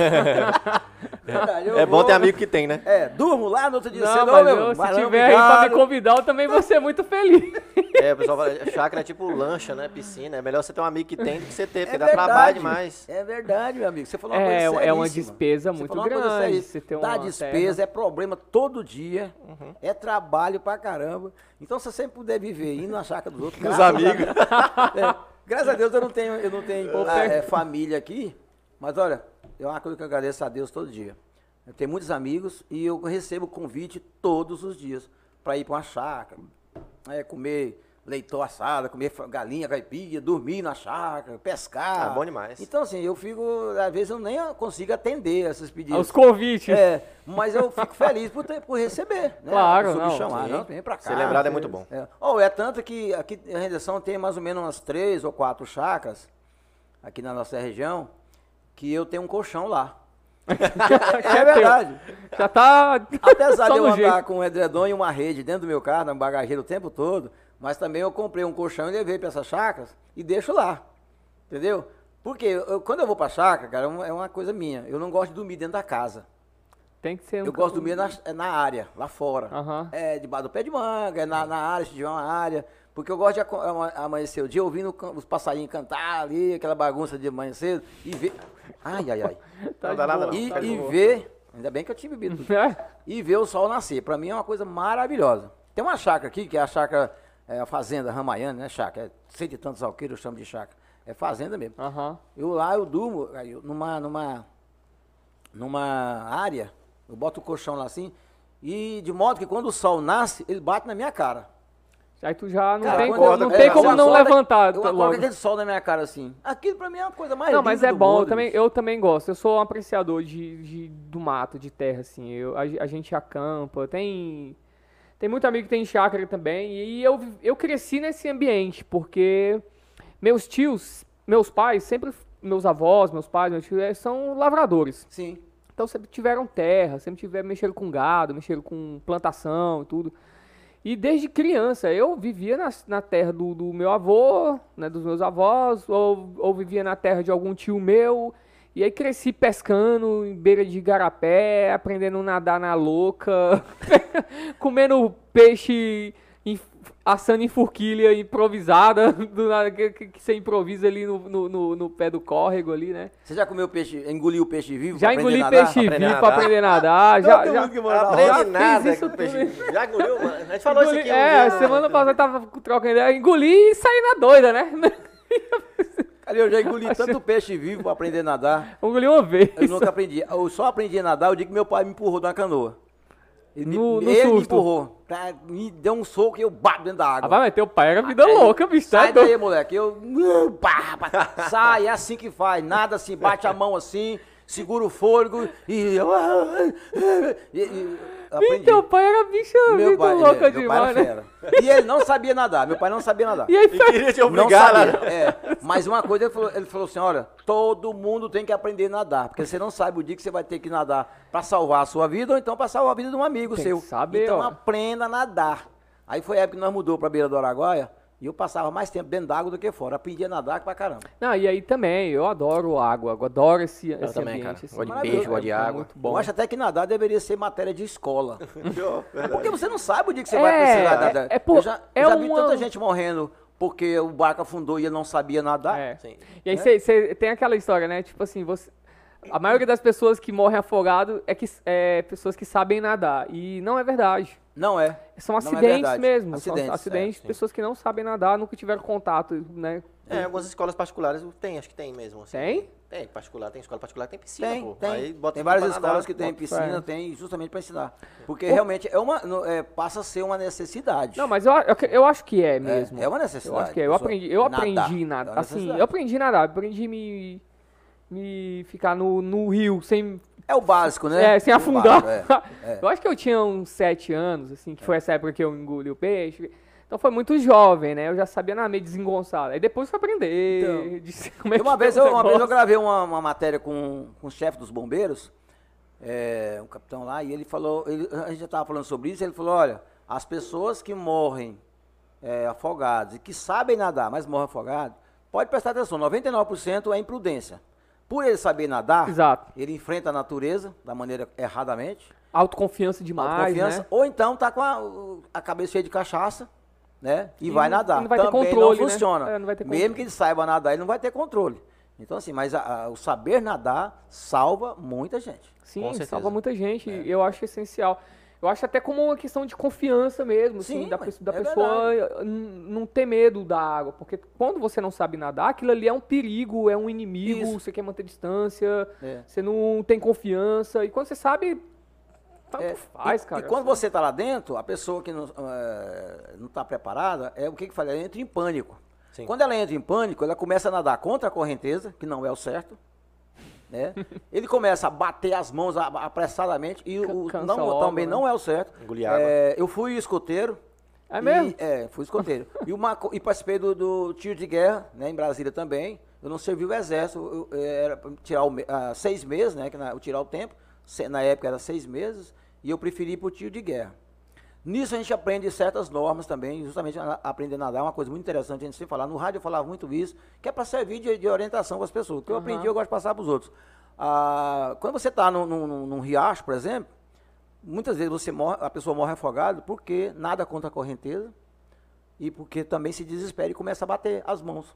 É bom ter amigo que tem, né? Durmo lá no outro dia. Se tiver aí pra me convidar, eu também vou ser muito feliz. O pessoal fala, chácara é tipo lancha, né? Piscina. É melhor você ter um amigo que tem do que você ter, porque dá trabalho demais. É verdade, meu amigo. Você falou uma coisa seríssima. É uma despesa muito grande. Você ter dá despesa, é problema todo dia. É trabalho pra caramba. Então, se você sempre puder viver indo na chácara dos outros... Os amigos. Graças a Deus eu não tenho família aqui, mas olha, é uma coisa que eu agradeço a Deus todo dia. Eu tenho muitos amigos e eu recebo convite todos os dias para ir para uma chácara, comer leitão assado, comer galinha caipira, dormir na chácara, pescar. Bom demais. Então assim, eu fico, às vezes eu nem consigo atender esses pedidos. Os convites. Mas eu fico feliz por receber, né? Claro, por me chamar, vem pra cá. Ser lembrado é muito bom. É tanto que aqui em Redenção tem mais ou menos umas 3 ou 4 chácaras, aqui na nossa região, que eu tenho um colchão lá. É verdade. Já tá. Apesar de eu andar com um edredom e uma rede dentro do meu carro, na bagageira o tempo todo, mas também eu comprei um colchão e levei para essas chácaras e deixo lá. Entendeu? Porque quando eu vou pra chácara, cara, é uma coisa minha. Eu não gosto de dormir dentro da casa. Tem que ser Eu gosto de dormir na área, lá fora. Debaixo do pé de manga, na área, se tiver uma área. Porque eu gosto de amanhecer o dia ouvindo os passarinhos cantar ali, aquela bagunça de amanhecer e ver. Ai. E ver. Ainda bem que eu tive bebido. E ver o sol nascer. Pra mim é uma coisa maravilhosa. Tem uma chácara aqui, que é a chácara, a fazenda Ramayana, né, chácara? É 100 e tantos alqueiros, eu chamo de chácara. É fazenda mesmo. Eu durmo numa área, eu boto o colchão lá assim, e de modo que quando o sol nasce, ele bate na minha cara. Aí tu já não tem, tem como não levantar. Eu acordo aquele sol na minha cara assim. Aquilo pra mim é uma coisa mais linda. Não, mas é bom, eu também gosto. Eu sou um apreciador do mato, de terra, assim. A gente acampa, tem muito amigo que tem chácara também. E eu cresci nesse ambiente, porque meus tios, meus pais, sempre, meus avós, meus pais, meus tios, são lavradores. Sim. Então sempre tiveram terra, sempre mexeram com gado, mexeram com plantação e tudo. E desde criança, eu vivia na terra do meu avô, né, dos meus avós, ou vivia na terra de algum tio meu. E aí cresci pescando em beira de igarapé, aprendendo a nadar na louca, comendo peixe, assando em forquilha improvisada, que você improvisa ali no pé do córrego ali, né? Você já comeu peixe, engoliu peixe vivo? Já engoli peixe vivo pra aprender a nadar. Já fiz isso tudo. Já engoliu, mano? A gente falou isso aqui. Semana passada eu tava trocando ideia, engoli e saí na doida, né? Ali eu já engoli tanto peixe vivo pra aprender a nadar. Engoli uma vez. Eu nunca aprendi. Eu só aprendi a nadar o dia que meu pai me empurrou de uma canoa. Ele me susto. empurrou. Me deu um soco e eu bato dentro da água. Rapaz, mas teu pai era vida louca, bicho. Sai daí, moleque. Sai, é assim que faz. Nada assim, bate a mão assim, segura o fôlego e aprendi. Teu pai era bicha vida louca demais, né? Fera. E ele não sabia nadar, meu pai não sabia nadar. E aí, queria te obrigar, Mas uma coisa, ele falou assim, olha, todo mundo tem que aprender a nadar, porque você não sabe o dia que você vai ter que nadar para salvar a sua vida ou então para salvar a vida de um amigo tem seu. Que saber, então ó. aprenda a nadar. Aí foi a época que nós mudou para beira do Araguaia e eu passava mais tempo dentro d'água do que fora. Aprendi a nadar pra caramba. Não, e aí também, eu adoro água, eu adoro esse também, ambiente. cara. Assim, Gosto de peixe, gosto de água. Muito bom. Eu acho até que nadar deveria ser matéria de escola. Porque você não sabe o dia que você vai precisar nadar. Eu já vi tanta gente morrendo porque o barco afundou e ele não sabia nadar. É. E aí você tem aquela história, né? Tipo assim, a maioria das pessoas que morrem afogado é pessoas que sabem nadar. E não é verdade. Não é. São acidentes mesmo. Acidentes, são acidentes de pessoas que não sabem nadar, nunca tiveram contato, né? Algumas escolas particulares acho que tem mesmo. Assim. Tem? Tem, particular, tem escola particular que tem piscina, tem, pô. Tem. Aí bota tem várias escolas nadar, que tem piscina, tem justamente para ensinar. Porque realmente passa a ser uma necessidade. Não, mas eu acho que é mesmo. É uma necessidade. Eu acho que é. Eu aprendi a nadar. Assim, eu aprendi a nadar, aprendi me ficar no rio sem... É o básico, né? Sem afundar. Básico, Eu acho que eu tinha uns 7 anos, assim, que foi essa época que eu engoli o peixe. Então foi muito jovem, né? Eu já sabia nadar meio desengonçado. Aí depois fui aprender. Uma vez eu gravei uma matéria com o chefe dos bombeiros, um capitão lá, e ele falou, a gente já estava falando sobre isso, ele falou, olha, as pessoas que morrem afogadas e que sabem nadar, mas morrem afogados, pode prestar atenção, 99% é imprudência. Por ele saber nadar, Exato. Ele enfrenta a natureza da maneira erradamente. Autoconfiança demais, né? Ou então tá com a cabeça cheia de cachaça, né? E vai nadar. Não vai ter Também controle, não funciona. Né? Não vai ter controle. Mesmo que ele saiba nadar, ele não vai ter controle. Então assim, mas o saber nadar salva muita gente. Sim, salva muita gente. Eu acho essencial. Eu acho até como uma questão de confiança mesmo, Sim, assim, da pessoa não ter medo da água. Porque quando você não sabe nadar, aquilo ali é um perigo, é um inimigo, você quer manter distância, você não tem confiança. E quando você sabe, tanto faz, cara. E quando você está lá dentro, a pessoa que não está preparada, o que faz? Ela entra em pânico. Sim. Quando ela entra em pânico, ela começa a nadar contra a correnteza, que não é o certo. Né? Ele começa a bater as mãos apressadamente e também não é o certo. Engolir água. Eu fui escoteiro. É mesmo? Fui escoteiro. e participei do tiro de guerra, né, em Brasília também. Eu não servi o exército, era para tirar 6 meses, né, tirar o tempo. Na época era 6 meses e eu preferi ir para o tiro de guerra. Nisso a gente aprende certas normas também, justamente aprender a nadar é uma coisa muito interessante, a gente sempre falar. No rádio eu falava muito isso, que é para servir de orientação para as pessoas. O que eu aprendi eu gosto de passar para os outros. Quando você está num riacho, por exemplo, muitas vezes a pessoa morre afogada porque nada contra a correnteza e porque também se desespera e começa a bater as mãos.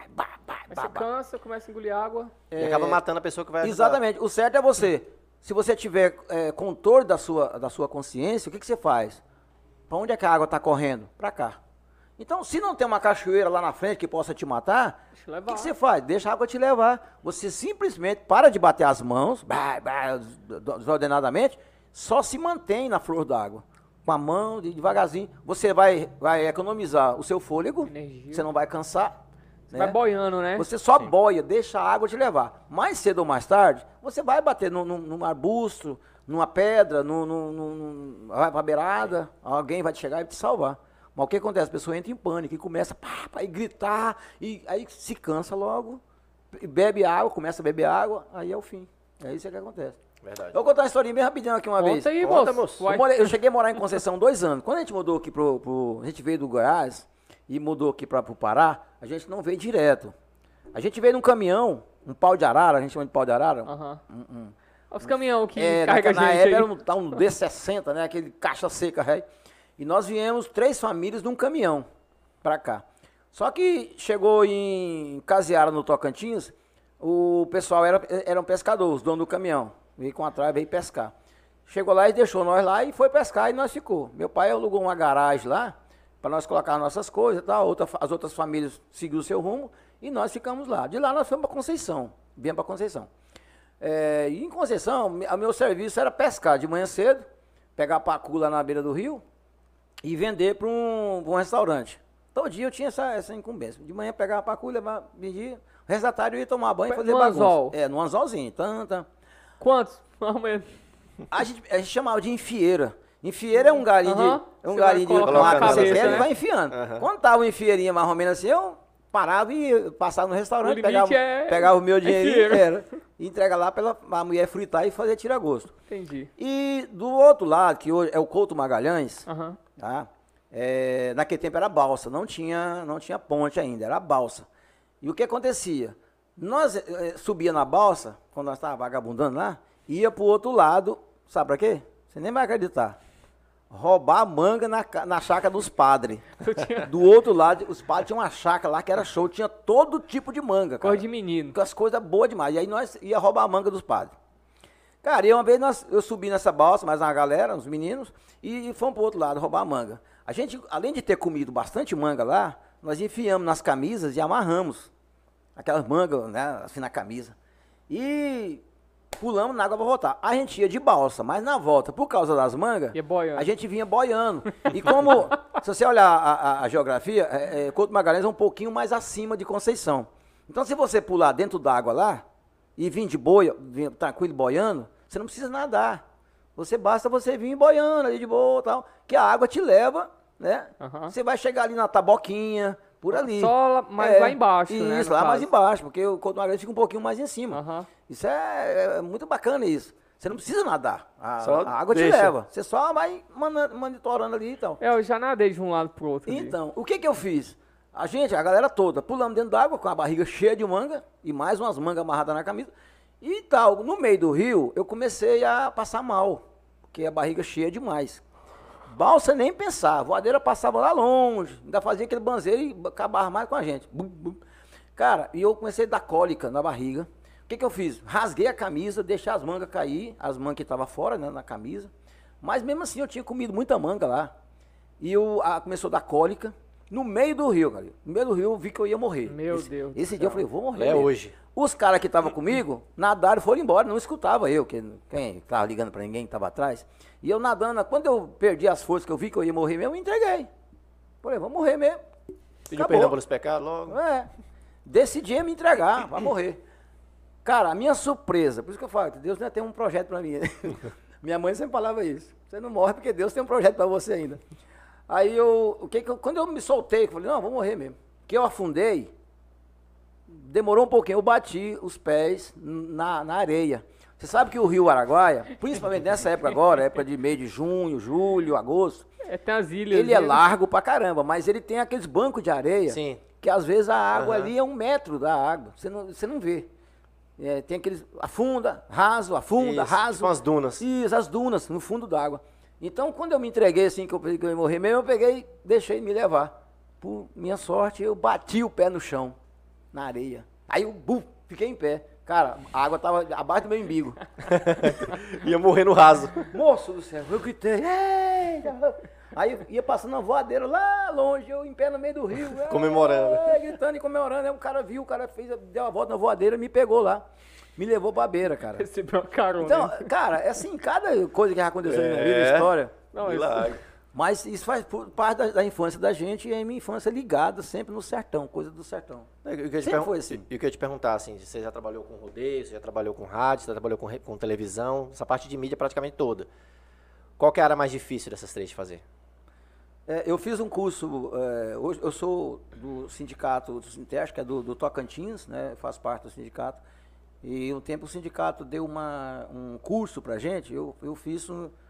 Você cansa, começa a engolir água. E acaba matando a pessoa que vai ajudar. Exatamente, o certo é você. Se você tiver controle da sua consciência, o que você faz? Para onde é que a água está correndo? Para cá. Então, se não tem uma cachoeira lá na frente que possa te matar, o que você faz? Deixa a água te levar. Você simplesmente para de bater as mãos, desordenadamente, só se mantém na flor d'água. Com a mão, devagarzinho. Você vai economizar o seu fôlego, energia. Você não vai cansar. Você vai boiando, né? Você só boia, deixa a água te levar. Mais cedo ou mais tarde, você vai bater num arbusto, numa pedra, vai pra beirada, alguém vai te chegar e te salvar. Mas o que acontece? A pessoa entra em pânico e começa a gritar, e aí se cansa logo, bebe água, começa a beber água, aí é o fim. É isso que acontece. Verdade. Eu vou contar uma historinha bem rapidinho aqui uma vez. Aí, moço. Eu cheguei a morar em Conceição 2 anos. Quando a gente mudou aqui a gente veio do Goiás e mudou aqui para o Pará, a gente não veio direto. A gente veio num caminhão, um pau de arara, a gente chama de pau de arara. Os caminhão que carrega a gente. Na época era um D60, né? Aquele caixa seca, velho. E nós viemos 3 famílias num caminhão para cá. Só que chegou em Caseara, no Tocantins, o pessoal era um pescador, os donos do caminhão. Veio com a trave, veio pescar. Chegou lá e deixou nós lá e foi pescar e nós ficou. Meu pai alugou uma garagem lá para nós colocar nossas coisas e tal. As outras famílias seguiram o seu rumo E nós ficamos lá. De lá nós fomos para Conceição. Viemos para Conceição. E em Conceição, o meu serviço era pescar de manhã cedo, pegar pacu lá na beira do rio e vender para um restaurante. Todo dia eu tinha essa incumbência. De manhã pegava pacu, levava, vendia. O resto da tarde eu ia tomar banho e fazer bagunça. Anzol? No anzolzinho. Quantos? Mais ou menos. A gente chamava de enfieira. Enfieira é um galinho Você galinho vai com colocar a na cabeça cabeça, e né? vai enfiando. Quando tava uma enfieirinha mais ou menos assim, eu parava e ia passar no restaurante, O limite pegava o meu dinheirinho, enfieira. e entrega lá pra a mulher fritar e fazer tira-gosto. Entendi. E do outro lado, que hoje é o Couto Magalhães, Aham. tá? Naquele tempo era balsa, não tinha ponte ainda, era balsa. E o que acontecia? Nós subia na balsa, quando nós estávamos vagabundando lá, ia pro outro lado, sabe pra quê? Você nem vai acreditar. Roubar a manga na chácara dos padres. Do outro lado, os padres tinham uma chácara lá que era show, tinha todo tipo de manga, cara. Coisa de menino. Com as coisas boas demais. E aí nós ia roubar a manga dos padres. Cara, e uma vez eu subi nessa balsa, mais uma galera, uns meninos, e fomos pro outro lado roubar a manga. A gente, além de ter comido bastante manga lá, nós enfiamos nas camisas e amarramos aquelas mangas, né, assim na camisa. E pulamos na água para voltar. A gente ia de balsa, mas na volta, por causa das mangas, a gente vinha boiando. E como, se você olhar a geografia, Couto Magalhães é um pouquinho mais acima de Conceição. Então, se você pular dentro d'água lá e vir de boia, vir tranquilo boiando, você não precisa nadar. Basta você vir boiando ali de boa e tal, que a água te leva, né? Você vai chegar ali na Taboquinha, por ali. Só mais lá embaixo, né? Isso, lá mais embaixo, porque o Couto Magalhães fica um pouquinho mais em cima. Isso é muito bacana isso. Você não precisa nadar. A água te leva. Você só vai monitorando ali e tal. Eu já nadei de um lado pro outro. Então, o que eu fiz? A galera toda, pulamos dentro d'água com a barriga cheia de manga e mais umas mangas amarradas na camisa. E tal, no meio do rio, eu comecei a passar mal, porque a barriga cheia demais. Balsa nem pensar, a voadeira passava lá longe, ainda fazia aquele banzeiro e acabava mais com a gente. Bum, bum. Cara, e eu comecei a dar cólica na barriga. O que eu fiz? Rasguei a camisa, deixei as mangas cair, as mangas que estavam fora, né, na camisa. Mas mesmo assim eu tinha comido muita manga lá. E começou a dar cólica. No meio do rio, cara. No meio do rio eu vi que eu ia morrer. Meu Deus. Esse dia eu falei, vou morrer. Hoje. Os caras que estavam comigo nadaram e foram embora, não escutava eu, quem estava ligando para ninguém que estava atrás. E eu nadando, quando eu perdi as forças, que eu vi que eu ia morrer mesmo, eu entreguei. Falei, vou morrer mesmo. Pediu perdão pelos pecados logo? Decidi me entregar, vai morrer. Cara, a minha surpresa, por isso que eu falo, Deus ainda tem um projeto para mim. Minha mãe sempre falava isso. Você não morre porque Deus tem um projeto para você ainda. Aí quando eu me soltei, eu falei, não, vou morrer mesmo. Que eu afundei, demorou um pouquinho, eu bati os pés na areia. Você sabe que o rio Araguaia, principalmente nessa época agora, época de meio de junho, julho, agosto, tem as ilhas. Ele é largo pra caramba, mas ele tem aqueles bancos de areia, Sim. que às vezes a água ali é 1 metro da água, você não vê. Tem aqueles, afunda, raso, raso. São as dunas. Isso, as dunas, no fundo d'água. Então, quando eu me entreguei assim, que eu ia morrer mesmo, eu peguei, deixei me levar. Por minha sorte, eu bati o pé no chão, na areia. Aí eu fiquei em pé. Cara, a água tava abaixo do meu umbigo. Ia morrer no raso. Moço do céu, eu gritei. Aí eu ia passando a voadeira lá longe, eu em pé no meio do rio. Comemorando. Gritando e comemorando. Aí o cara viu, deu a volta na voadeira, me pegou lá. Me levou pra beira, cara. Recebeu uma carona. Então, cara, é assim, cada coisa que já aconteceu na minha vida, história. Não, mas isso faz parte da infância da gente e a minha infância ligada sempre no sertão, coisa do sertão. Sempre foi assim. E eu queria te perguntar, assim, você já trabalhou com rodeio, você já trabalhou com rádio, você já trabalhou com televisão, essa parte de mídia praticamente toda. Qual que é a área mais difícil dessas três de fazer? Eu fiz um curso, hoje eu sou do sindicato do Sintex, que é do Tocantins, né, faço parte do sindicato, e um tempo o sindicato deu um curso pra gente, eu fiz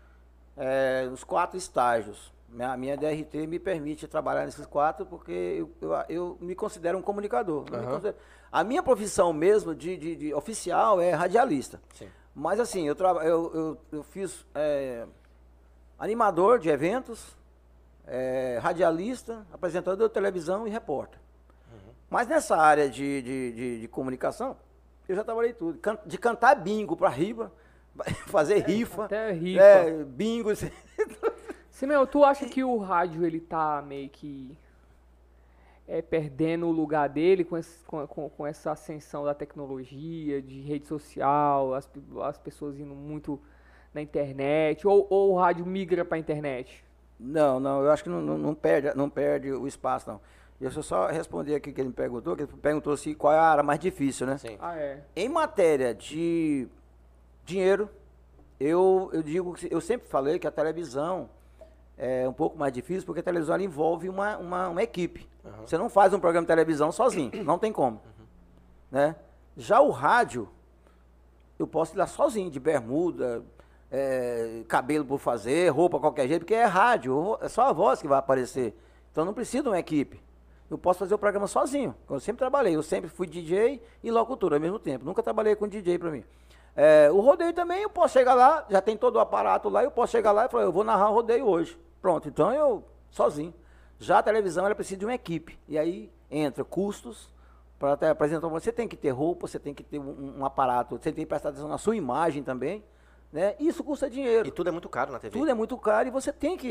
os 4 estágios. Minha DRT me permite trabalhar nesses 4 porque eu me considero um comunicador. A minha profissão mesmo de oficial é radialista. Sim. Mas assim, eu fiz animador de eventos, radialista, apresentador de televisão e repórter. Mas nessa área de comunicação, eu já trabalhei tudo. De cantar bingo para riba, fazer rifa. Até rifa. Bingo. Simeão, tu acha que o rádio, ele tá meio que... perdendo o lugar dele com essa ascensão da tecnologia, de rede social, as pessoas indo muito na internet, ou o rádio migra para a internet? Não, eu acho que não perde o espaço, não. Deixa eu só responder aqui que ele me perguntou, que ele perguntou se qual é a área mais difícil, né? Sim. Em matéria de dinheiro, eu digo que eu sempre falei que a televisão é um pouco mais difícil, porque a televisão ela envolve uma equipe. Uhum. Você não faz um programa de televisão sozinho, não tem como. Uhum. Né? Já o rádio, eu posso ir lá sozinho, de bermuda, cabelo por fazer, roupa qualquer jeito, porque é rádio, é só a voz que vai aparecer. Então não precisa de uma equipe. Eu posso fazer o programa sozinho. Eu sempre trabalhei, eu sempre fui DJ e locutor ao mesmo tempo. Nunca trabalhei com DJ para mim. O rodeio também, eu posso chegar lá, já tem todo o aparato lá, eu posso chegar lá e falar, eu vou narrar o rodeio hoje. Pronto, então eu sozinho. Já a televisão, ela precisa de uma equipe. E aí entra custos para apresentar. Você tem que ter roupa, você tem que ter um aparato, você tem que prestar atenção na sua imagem também. Né? Isso custa dinheiro. E tudo é muito caro na TV. Tudo é muito caro e você tem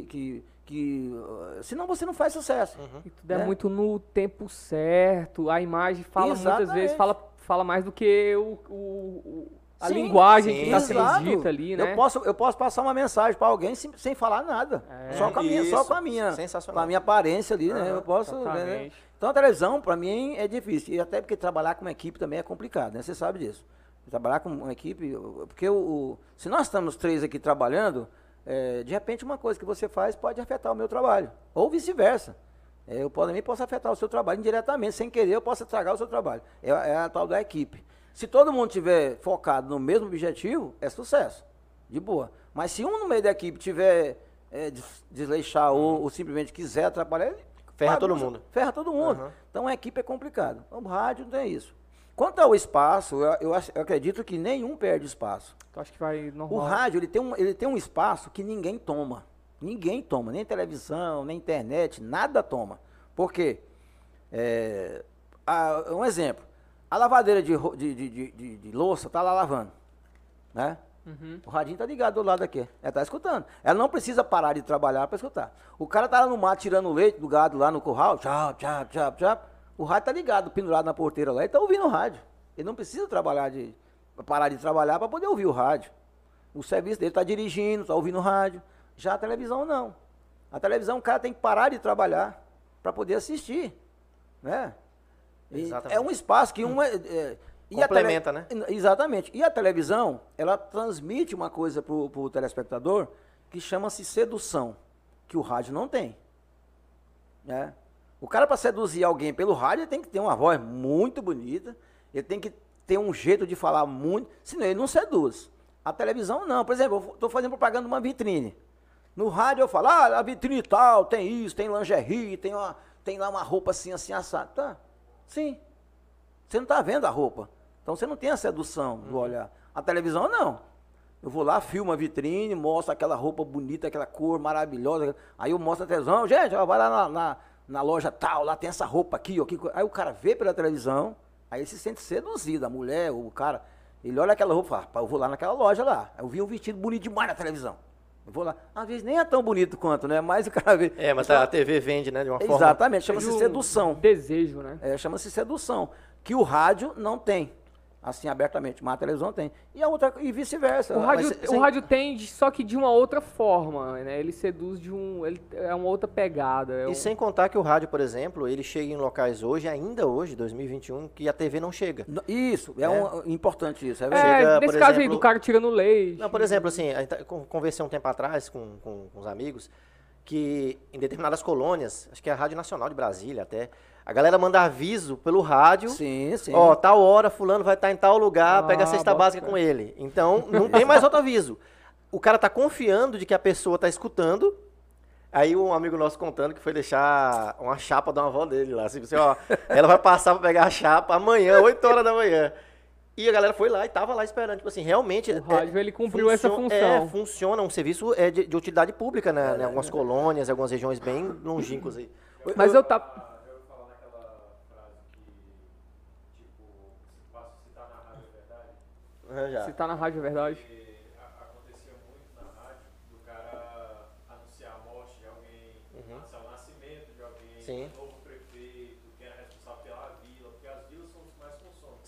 senão você não faz sucesso. Uhum. E tudo é muito no tempo certo. A imagem fala muitas vezes, fala mais do que a linguagem que está sendo dita ali, né? Eu posso passar uma mensagem para alguém sem falar nada. Só com a minha aparência ali, né? Eu posso. Né? Então a televisão, para mim, é difícil. E até porque trabalhar com uma equipe também é complicado, né? Você sabe disso. Trabalhar com uma equipe, porque se nós estamos 3 aqui trabalhando, de repente uma coisa que você faz pode afetar o meu trabalho, ou vice-versa. Eu também posso afetar o seu trabalho indiretamente, sem querer eu posso estragar o seu trabalho. É a tal da equipe. Se todo mundo estiver focado no mesmo objetivo, é sucesso, de boa. Mas se um no meio da equipe tiver desleixar ou simplesmente quiser atrapalhar, ferra todo mundo. Ferra todo mundo. Uhum. Então a equipe é complicado. O rádio não tem isso. Quanto ao espaço, eu acredito que nenhum perde espaço. Eu acho que vai normal. O rádio, ele tem um espaço que ninguém toma. Ninguém toma, nem televisão, nem internet, nada toma. Por quê? Um exemplo. A lavadeira de louça está lá lavando. Né? Uhum. O radinho está ligado do lado aqui. Ela está escutando. Ela não precisa parar de trabalhar para escutar. O cara está lá no mato tirando o leite do gado lá no curral. Tchau, tchau, tchau, tchau. O rádio está ligado, pendurado na porteira lá, ele está ouvindo o rádio. Ele não precisa parar de trabalhar para poder ouvir o rádio. O serviço dele está dirigindo, está ouvindo o rádio. Já a televisão não. A televisão o cara tem que parar de trabalhar para poder assistir. Né? É um espaço que complementa, né? Exatamente. E a televisão, ela transmite uma coisa para o telespectador que chama-se sedução, que o rádio não tem. Né? O cara, para seduzir alguém pelo rádio, ele tem que ter uma voz muito bonita, ele tem que ter um jeito de falar muito, senão ele não seduz. A televisão não. Por exemplo, eu estou fazendo propaganda de uma vitrine. No rádio eu falo, a vitrine tal, tem isso, tem lingerie, tem lá uma roupa assim, assado. Tá, sim. Você não está vendo a roupa. Então você não tem a sedução do olhar. A televisão não. Eu vou lá, filmo a vitrine, mostro aquela roupa bonita, aquela cor maravilhosa. Aí eu mostro a televisão, gente, vai lá na loja tal, lá tem essa roupa aqui, ó. Aí o cara vê pela televisão, aí ele se sente seduzido, a mulher, o cara, ele olha aquela roupa e fala, eu vou lá naquela loja lá, eu vi um vestido bonito demais na televisão, eu vou lá, às vezes nem é tão bonito quanto, né, mas o cara vê. Mas a TV vende, né, de uma forma. Exatamente, chama-se sedução. Desejo, né? Chama-se sedução, que o rádio não tem. Assim, abertamente, mas a televisão tem. E vice-versa. O rádio tem, só que de uma outra forma, né? Ele seduz é uma outra pegada. Sem contar que o rádio, por exemplo, ele chega em locais ainda hoje, 2021, que a TV não chega. Isso, importante isso. Nesse caso aí, do cara tirando leite. Não, por exemplo, assim, conversei um tempo atrás com uns amigos, que em determinadas colônias, acho que é a Rádio Nacional de Brasília até, a galera manda aviso pelo rádio. Sim. Ó, tal hora, fulano vai estar em tal lugar, pega a cesta básica com ele. Então, não tem mais outro aviso. O cara tá confiando de que a pessoa tá escutando. Aí um amigo nosso contando que foi deixar uma chapa da avó dele lá. Assim, ó, ela vai passar pra pegar a chapa amanhã, 8 horas da manhã. E a galera foi lá e tava lá esperando. Tipo assim, realmente... O rádio, ele cumpriu essa função. Funciona, um serviço de utilidade pública, né? Em algumas colônias, em algumas regiões bem longínquas aí. Mas eu tava... Se tá na rádio, é verdade. Acontecia muito na rádio do cara anunciar a morte de alguém, anunciar o nascimento de alguém, um novo prefeito,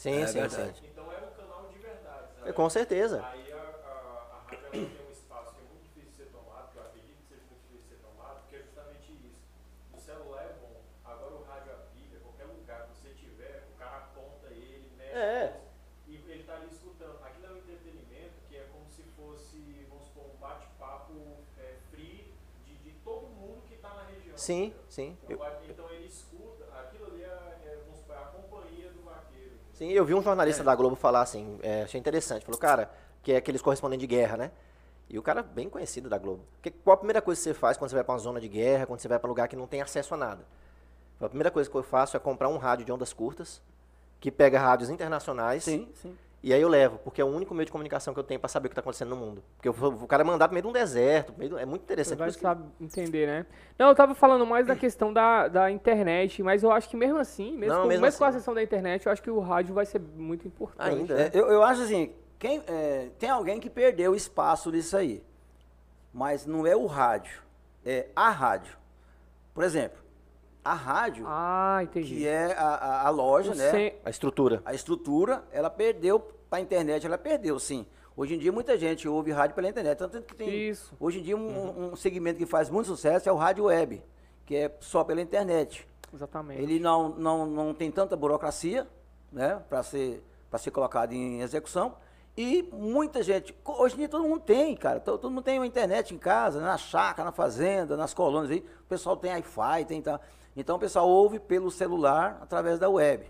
Sim, sim, sim. Então era um canal de verdade, sabe? Com certeza. Aí a rádio ela tem um espaço que é muito difícil de ser tomado, que eu acredito que seja muito difícil de ser tomado, porque é justamente isso. O celular é bom, agora o rádio a pilha, qualquer lugar que você tiver, o cara aponta ele, mexe e ele está ali escutando. Aquilo é um entretenimento que é como se fosse, vamos supor, um bate-papo free de todo mundo que está na região. Sim, sim. Então ele escuta, aquilo ali vamos supor, a companhia do vaqueiro. Sim, eu vi um jornalista da Globo falar assim, achei interessante, falou, cara, que é aqueles correspondentes de guerra, né? E o cara bem conhecido da Globo. Qual a primeira coisa que você faz quando você vai para uma zona de guerra, quando você vai para um lugar que não tem acesso a nada? A primeira coisa que eu faço é comprar um rádio de ondas curtas, que pega rádios internacionais. Sim, sim. E aí eu levo, porque é o único meio de comunicação que eu tenho para saber o que está acontecendo no mundo. Porque o cara mandar pro meio de um deserto, é muito interessante. Você vai entender, né? Não, eu tava falando mais da questão da internet, mas eu acho que mesmo assim, mesmo com a questão da internet, eu acho que o rádio vai ser muito importante. Ainda, né? Eu acho assim, tem alguém que perdeu espaço nisso aí, mas não é o rádio, é a rádio. Por exemplo, a rádio, entendi. que é a loja, né? A estrutura. A estrutura, ela perdeu para a internet, ela perdeu, sim. Hoje em dia, muita gente ouve rádio pela internet. Tanto que tem, hoje em dia, um segmento que faz muito sucesso é o rádio web, que é só pela internet. Exatamente. Ele não tem tanta burocracia, né, para ser colocado em execução. E muita gente, hoje em dia todo mundo tem, cara, todo mundo tem uma internet em casa, na chácara, na fazenda, nas colônias aí, o pessoal tem Wi-Fi, tem tal. Então o pessoal ouve pelo celular através da web.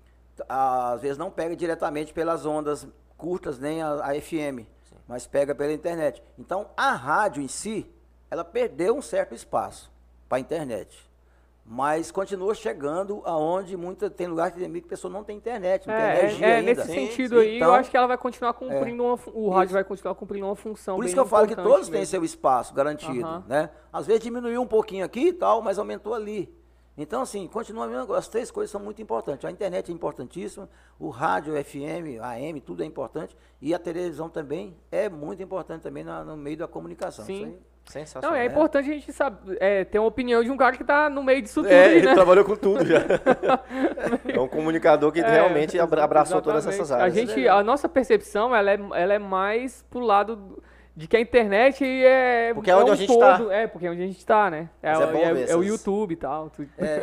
Às vezes não pega diretamente pelas ondas curtas, nem a FM, mas pega pela internet. Então a rádio em si, ela perdeu um certo espaço para a internet. Mas continua chegando aonde tem lugar que a pessoa não tem internet, não tem energia ainda. Nesse sentido aí, então, eu acho que ela vai continuar cumprindo o rádio vai continuar cumprindo uma função. Por isso que eu falo que todos têm seu espaço garantido, né? Às vezes diminuiu um pouquinho aqui e tal, mas aumentou ali. Então, assim, continua a mesma coisa. As três coisas são muito importantes. A internet é importantíssima, o rádio, FM, AM, tudo é importante. E a televisão também é muito importante também no meio da comunicação. Sim. Isso aí. Sensacional. Não, é importante a gente ter uma opinião de um cara que está no meio disso tudo. Ele né? trabalhou com tudo já. É um comunicador que realmente abraçou exatamente. Todas essas áreas. A nossa percepção, ela é mais pro lado de que a internet porque é onde a gente está. Porque é onde a gente está, né? É o YouTube e tal.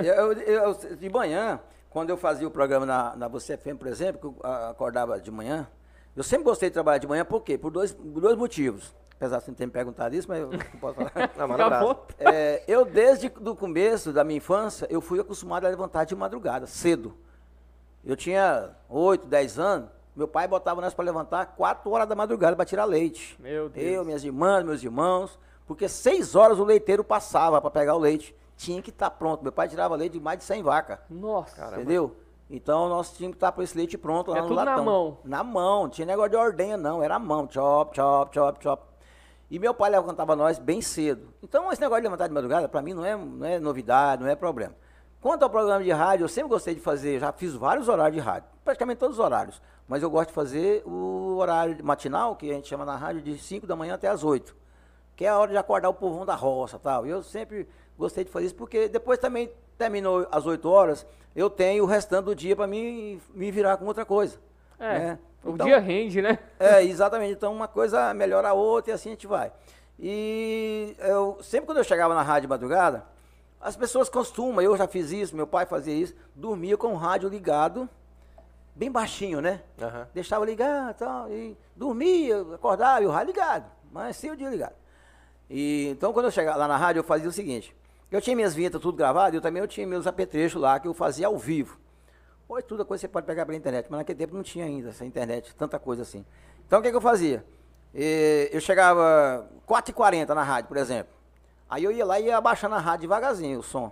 De manhã, quando eu fazia o programa na Você FM, por exemplo, que eu acordava de manhã, eu sempre gostei de trabalhar de manhã, por quê? Por dois motivos. Apesar de você não ter me perguntado isso, mas eu não posso falar. Não, mas eu, desde o começo da minha infância, eu fui acostumado a levantar de madrugada, cedo. Eu tinha 8, 10 anos, meu pai botava nós para levantar 4 horas da madrugada para tirar leite. Meu Deus. Eu, minhas irmãs, meus irmãos, porque 6 horas o leiteiro passava para pegar o leite. Tinha que estar pronto. Meu pai tirava leite de mais de 100 vacas. Nossa. Caramba. Entendeu? Então nós tínhamos que estar com esse leite pronto lá no tudo latão. na mão. Na mão, não tinha negócio de ordenha não, era a mão, chop, chop, chop, chop. E meu pai levantava nós bem cedo. Então esse negócio de levantar de madrugada, para mim não é novidade, não é problema. Quanto ao programa de rádio, eu sempre gostei de fazer, já fiz vários horários de rádio, praticamente todos os horários. Mas eu gosto de fazer o horário matinal, que a gente chama na rádio, de 5 da manhã até as 8. Que é a hora de acordar o povão da roça e tal. E eu sempre gostei de fazer isso, porque depois também terminou às 8 horas, eu tenho o restante do dia para me virar com outra coisa. Né? O dia rende, né? Exatamente. Então uma coisa melhora a outra e assim a gente vai. E sempre quando eu chegava na rádio de madrugada, as pessoas costumam, eu já fiz isso, meu pai fazia isso, dormia com o rádio ligado, bem baixinho, né? Uhum. Deixava ligar e dormia, acordava e o rádio ligado, mas sem o dia ligado. E então quando eu chegava lá na rádio, eu fazia o seguinte, eu tinha minhas vinhetas tudo gravado, eu tinha meus apetrechos lá que eu fazia ao vivo. Hoje toda coisa você pode pegar pela internet, mas naquele tempo não tinha ainda essa internet, tanta coisa assim. Então o que eu fazia? Eu chegava 4h40 na rádio, por exemplo. Aí eu ia lá e ia abaixando a rádio devagarzinho, o som.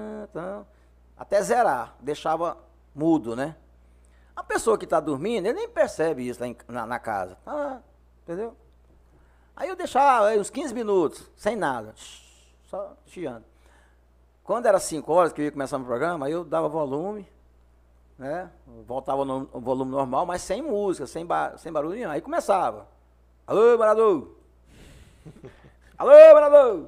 Até zerar, deixava mudo, né? A pessoa que está dormindo, ele nem percebe isso lá na casa. Entendeu? Aí eu deixava uns 15 minutos, sem nada, só chiando. Quando era 5 horas que eu ia começar o programa, aí eu dava volume, né? Voltava no volume normal, mas sem música, sem barulho nenhum. Aí começava. Alô, morador! Alô, morador!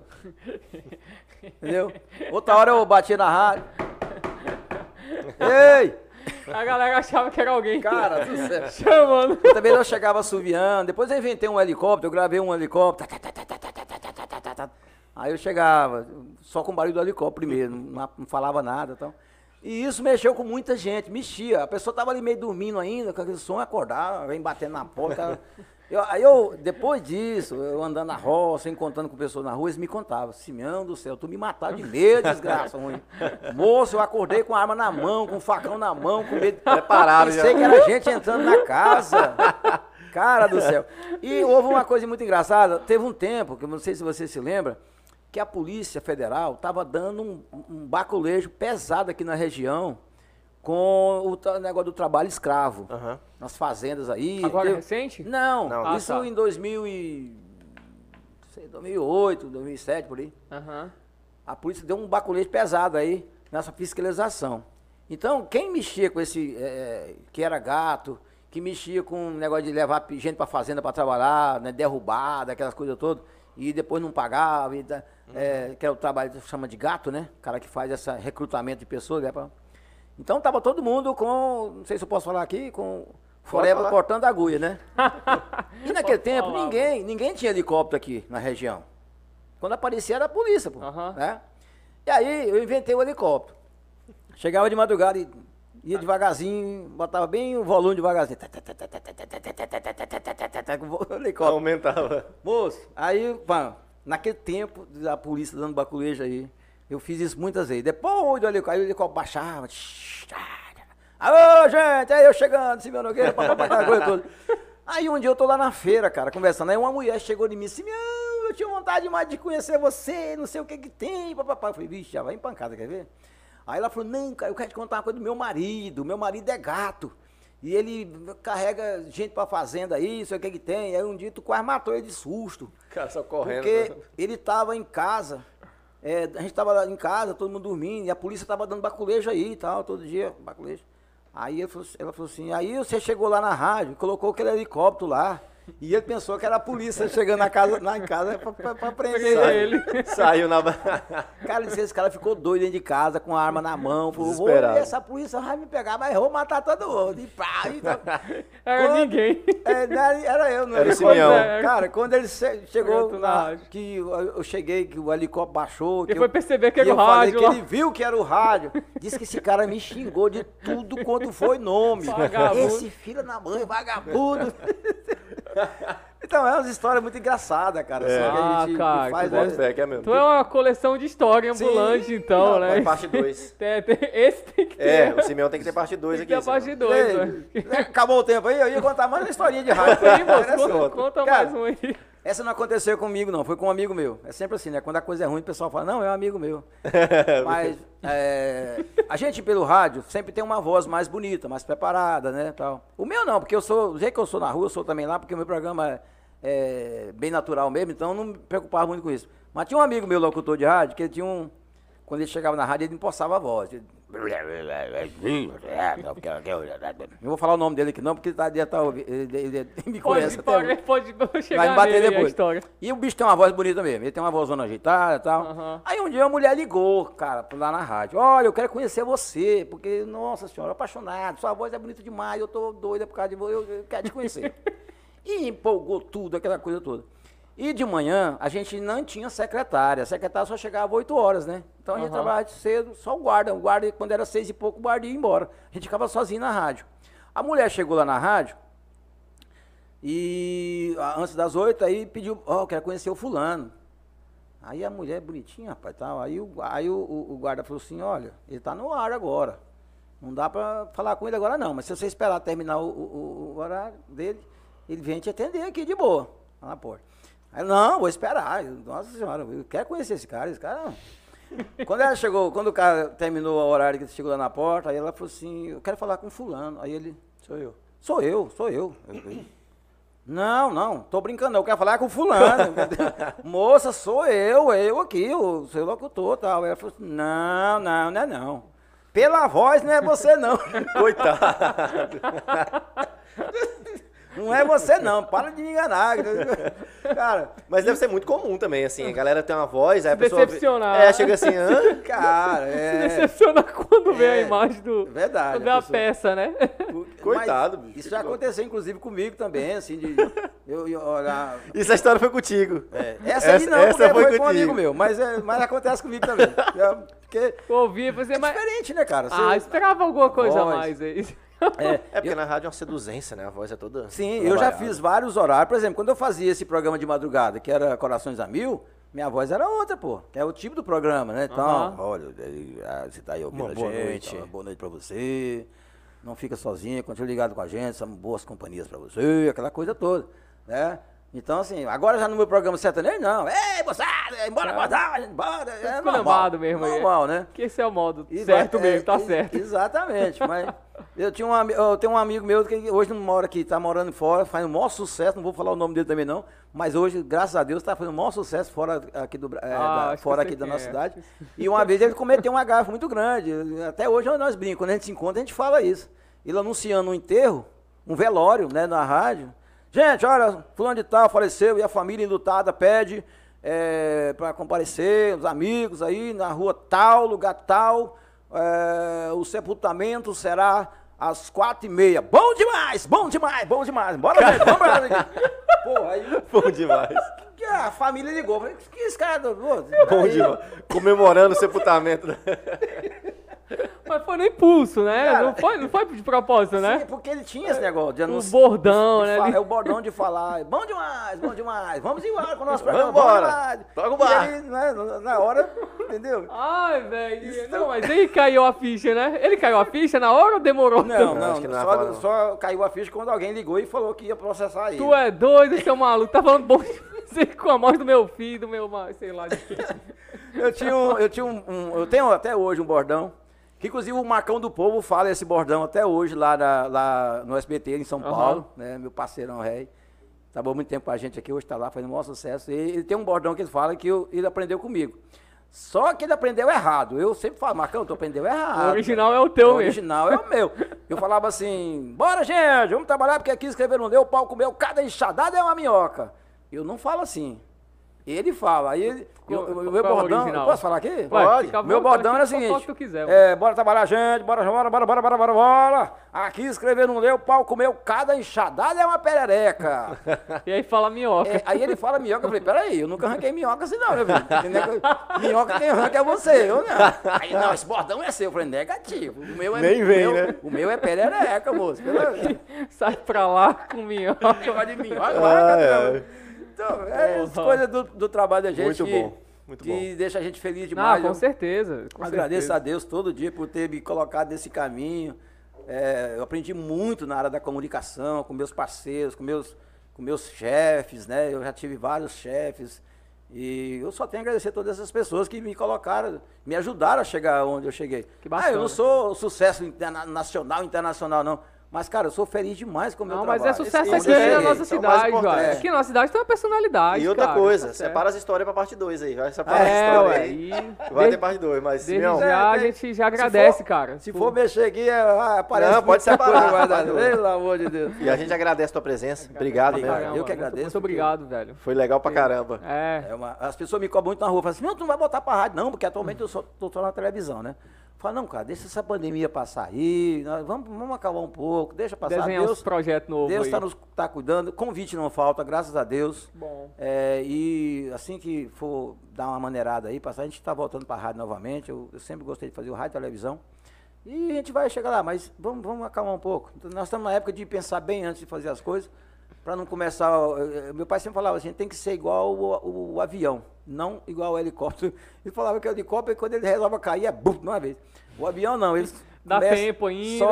Entendeu? Outra hora eu batia na rádio. Ei! A galera achava que era alguém. Cara, do céu. Chamando. Eu também não chegava assoviando. Depois eu inventei um helicóptero, eu gravei um helicóptero. Aí eu chegava, só com o barulho do helicóptero primeiro, não falava nada e tal. E isso mexeu com muita gente, mexia. A pessoa tava ali meio dormindo ainda, com aquele som, acordava, vem batendo na porta. Depois disso, eu andando na roça, encontrando com pessoas na rua, eles me contavam, Simeão do céu, tu me mataram de medo, desgraça ruim. Moço, eu acordei com a arma na mão, com o facão na mão, com medo. Preparado já. Pensei que era gente entrando na casa. Cara do céu. E houve uma coisa muito engraçada, teve um tempo, que eu não sei se você se lembra, que a Polícia Federal estava dando um baculejo pesado aqui na região com o negócio do trabalho escravo. Aham. Nas fazendas aí. Agora é recente? Não, Não. isso tá. em 2008, 2007, por aí. Aham. A polícia deu um baculejo pesado aí nessa fiscalização. Então, quem mexia com esse, que era gato, que mexia com o negócio de levar gente para fazenda para trabalhar, né, derrubada, aquelas coisas todas, e depois não pagava, que é o trabalho que chama de gato, né? O cara que faz esse recrutamento de pessoas. Então, tava todo mundo com, não sei se eu posso falar aqui, com Forever cortando a agulha, né? E naquele tempo, ninguém tinha helicóptero aqui na região. Quando aparecia era a polícia, pô. Né? E aí eu inventei o helicóptero. Chegava de madrugada e ia devagarzinho, botava bem o volume devagarzinho. O helicóptero. Aumentava. Moço, aí, pá, naquele tempo, a polícia dando baculejo aí, eu fiz isso muitas vezes. Depois do helicóptero, aí o helicóptero baixava. Alô, gente, aí eu chegando, Simeão Nogueira, aquela coisa toda. Aí um dia eu tô lá na feira, cara, conversando. Aí uma mulher chegou de mim, Simeão, eu tinha vontade demais de conhecer você, não sei o que que tem, papapá. Eu falei, vixe, já vai em pancada, quer ver? Aí ela falou, não, cara, eu quero te contar uma coisa do meu marido é gato. E ele carrega gente pra fazenda aí, não sei o que que tem. Aí um dia tu quase matou ele de susto. Cara, só correndo. Porque ele tava em casa, a gente tava lá em casa, todo mundo dormindo, e a polícia tava dando baculejo aí e tal, todo dia, baculejo. Aí ela falou assim, aí você chegou lá na rádio, colocou aquele helicóptero lá, e ele pensou que era a polícia chegando lá em casa pra prender ele. Saiu na... Cara, esse cara ficou doido dentro de casa, com a arma na mão, falou, vou Desesperado. essa polícia vai me pegar, mas eu vou matar todo mundo. E pá, então, Era ninguém. Era eu, não Era o era Simeão. Cara, quando ele chegou, Eu tô na rádio. que eu cheguei, que o helicóptero baixou. Ele foi perceber que era eu o falei rádio que lá. ele viu que era o rádio. Disse que esse cara me xingou de tudo quanto foi nome. Vagabundo. Esse filho da mãe, vagabundo. Então, é umas histórias muito engraçadas, cara. assim, que a gente cara, faz, que né? Bota fé, que é mesmo. Tu é uma coleção de história ambulante, Sim, então, né? Parte 2. Esse tem que ter. O Simeão tem que ter parte 2 Tem que aqui. ter a parte Simeão. 2, Ei, velho. acabou o tempo aí, eu ia contar mais uma historinha de rádio. Aí, moço, Interessante. conta Cara, mais um aí. Essa não aconteceu comigo, não. Foi com um amigo meu. É sempre assim, né? Quando a coisa é ruim, o pessoal fala, não, é um amigo meu. Mas a gente, pelo rádio, sempre tem uma voz mais bonita, mais preparada, né? Tal. O meu não, porque do jeito que eu sou na rua, eu sou também lá, porque o meu programa é bem natural mesmo, então eu não me preocupava muito com isso. Mas tinha um amigo meu, locutor de rádio, que ele tinha quando ele chegava na rádio, ele empossava a voz. Não vou falar o nome dele aqui não, porque ele me conhece até hoje. Pode chegar Vai me bater nele aí, a depois. história. E o bicho tem uma voz bonita mesmo, ele tem uma vozona ajeitada e tal. Aham. Aí um dia uma mulher ligou, cara, lá na rádio. Olha, eu quero conhecer você, porque, nossa senhora, eu apaixonado, sua voz é bonita demais, eu tô doida por causa de você, eu quero te conhecer. E empolgou tudo, aquela coisa toda. E de manhã, a gente não tinha secretária. A secretária só chegava 8 horas, né? Então a gente trabalhava cedo, só o guarda. O guarda, quando era 6 e pouco, o guarda ia embora. A gente ficava sozinho na rádio. A mulher chegou lá na rádio, e antes das 8, aí pediu, quero conhecer o fulano. Aí a mulher, bonitinha, rapaz, tal. Aí o guarda falou assim, olha, ele tá no ar agora. Não dá pra falar com ele agora não, mas se você esperar terminar o horário dele, ele vem te atender aqui de boa, lá na porta. Aí, não, vou esperar. Nossa senhora, eu quero conhecer esse cara não. Quando o cara terminou o horário que ele chegou lá na porta, aí ela falou assim, eu quero falar com fulano. Aí ele, sou eu. Não, tô brincando, eu quero falar com fulano. Moça, sou eu aqui, o seu locutor e tal. Aí ela falou assim, não. Pela voz não é você não. Coitado. Não é você não, para de me enganar. Cara, mas deve ser muito comum também, assim, a galera tem uma voz, aí a pessoa... Decepcionar. chega assim, hã? cara, Se decepciona quando vê a imagem do... Verdade. Quando vê a peça, né? Coitado, Mas bicho. isso já aconteceu, inclusive, comigo também, assim, de eu olhar... Essa história foi contigo. Essa aí não, essa porque foi com um contigo. amigo meu, mas acontece comigo também. Porque Ouvi, você... é diferente, né, cara? esperava alguma coisa a Voz. mais aí. É porque na rádio é uma seduzência, né? A voz é toda... Sim, eu já trabalhada. fiz vários horários. Por exemplo, quando eu fazia esse programa de madrugada, que era Corações a Mil, minha voz era outra, pô. Que é o tipo do programa, né? Então, olha, você tá aí ouvindo Uma a boa gente, noite. uma boa noite pra você. Não fica sozinho, continue ligado com a gente, são boas companhias pra você, aquela coisa toda, né? Então, assim, agora já no meu programa sertanejo, não. Ei, moçada, embora, embora. É normal, mesmo aí. normal, né? Que esse é o modo certo mesmo, tá certo. Exatamente, mas eu tenho um amigo meu que hoje não mora aqui, tá morando fora, faz o maior sucesso, não vou falar o nome dele também não, mas hoje, graças a Deus, tá fazendo o maior sucesso fora aqui, fora aqui da nossa cidade. E uma vez ele cometeu uma gafe muito grande, até hoje nós brincamos, quando a gente se encontra a gente fala isso. Ele anunciando um enterro, um velório, né, na rádio. Gente, olha, fulano de tal faleceu e a família enlutada pede para comparecer, os amigos aí na rua tal, lugar tal, o sepultamento será às 4h30. Bom demais, bom demais, bom demais. Bora, gente, vamos embora daqui. Pô, aí... Bom demais. A família ligou, falei, que esse cara... Bom demais. Comemorando o sepultamento. Mas foi no impulso, né? Cara, não foi de propósito, né? Sim, porque ele tinha esse negócio de anunciar. O bordão, né? É o bordão de falar, bom demais, vamos embora com o nosso programa, Vamos bom embora, demais. toca o E barco. aí, né, na hora, entendeu? Ai, velho. Não, mas aí caiu a ficha, né? Ele caiu a ficha na hora ou demorou? Não, acho que não é fora, não. só caiu a ficha quando alguém ligou e falou que ia processar ele. Tu é doido, seu maluco. Tá falando bom com a morte do meu filho, do meu, sei lá, de quem. Eu tenho até hoje um bordão, que inclusive o Marcão do Povo fala esse bordão até hoje lá no SBT em São Paulo, né? Meu parceirão rei. Trabalhou muito tempo com a gente aqui, hoje tá lá, fazendo um maior sucesso. E ele tem um bordão que ele fala que ele aprendeu comigo. Só que ele aprendeu errado. Eu sempre falo, Marcão, tu aprendeu errado. O original é o teu O mesmo. original é o meu. Eu falava assim, bora gente, vamos trabalhar porque aqui escrever não deu, o pau comeu, cada enxadada é uma minhoca. Eu não falo assim. Ele fala, aí ele, o meu bordão, eu posso falar aqui? Pode. Meu bordão era o seguinte, bora trabalhar gente, bora. Aqui escrever não deu, o pau comeu, cada enxadada é uma perereca. E aí fala minhoca. Aí ele fala minhoca, eu falei, peraí, eu nunca arranquei minhoca assim não, meu filho. Minhoca quem arranca é você, eu não. Aí, não, esse bordão é seu. Eu falei, negativo, o meu é... Nem vem, né? O meu é perereca, moço. Sai pra lá com minhoca. Negócio de minhoca, então, as coisas do trabalho da gente muito que bom. deixa a gente feliz demais. Com certeza. Agradeço a Deus todo dia por ter me colocado nesse caminho. Eu aprendi muito na área da comunicação, com meus parceiros, com meus chefes, né? Eu já tive vários chefes. E eu só tenho a agradecer a todas essas pessoas que me colocaram, me ajudaram a chegar onde eu cheguei. Que bacana. Eu não sou sucesso nacional, internacional, não. Mas, cara, eu sou feliz demais com o meu trabalho. Mas é sucesso aqui na nossa cidade, velho. Aqui na nossa cidade tem uma personalidade, E outra cara, coisa, tá separa as histórias pra parte 2 aí. Vai separar as histórias aí. Vai ter parte 2, mas Simeão... A gente já agradece, cara. Se for mexer aqui, aparece não, pode separar. Pelo amor de Deus. E a gente agradece a tua presença. Obrigado mesmo. Caramba, eu que agradeço. Muito obrigado, velho. Foi legal pra caramba. As pessoas me cobram muito na rua, falam assim, não, tu não vai botar pra rádio, não, porque atualmente eu tô só na televisão, né? Fala, não, cara, deixa essa pandemia passar aí, vamos acabar um pouco, deixa passar. Desenhar uns projetos novos. Deus tá cuidando, convite não falta, graças a Deus. Bom. E assim que for dar uma maneirada aí, passar, a gente tá voltando pra rádio novamente, eu sempre gostei de fazer o rádio e televisão. E a gente vai chegar lá, mas vamos acalmar um pouco. Então, nós estamos na época de pensar bem antes de fazer as coisas, para não começar... Meu pai sempre falava assim, tem que ser igual o avião, não igual o helicóptero. Ele falava que o helicóptero, quando ele resolve cair, é bum, de uma vez. O avião não, ele dá tempo ainda.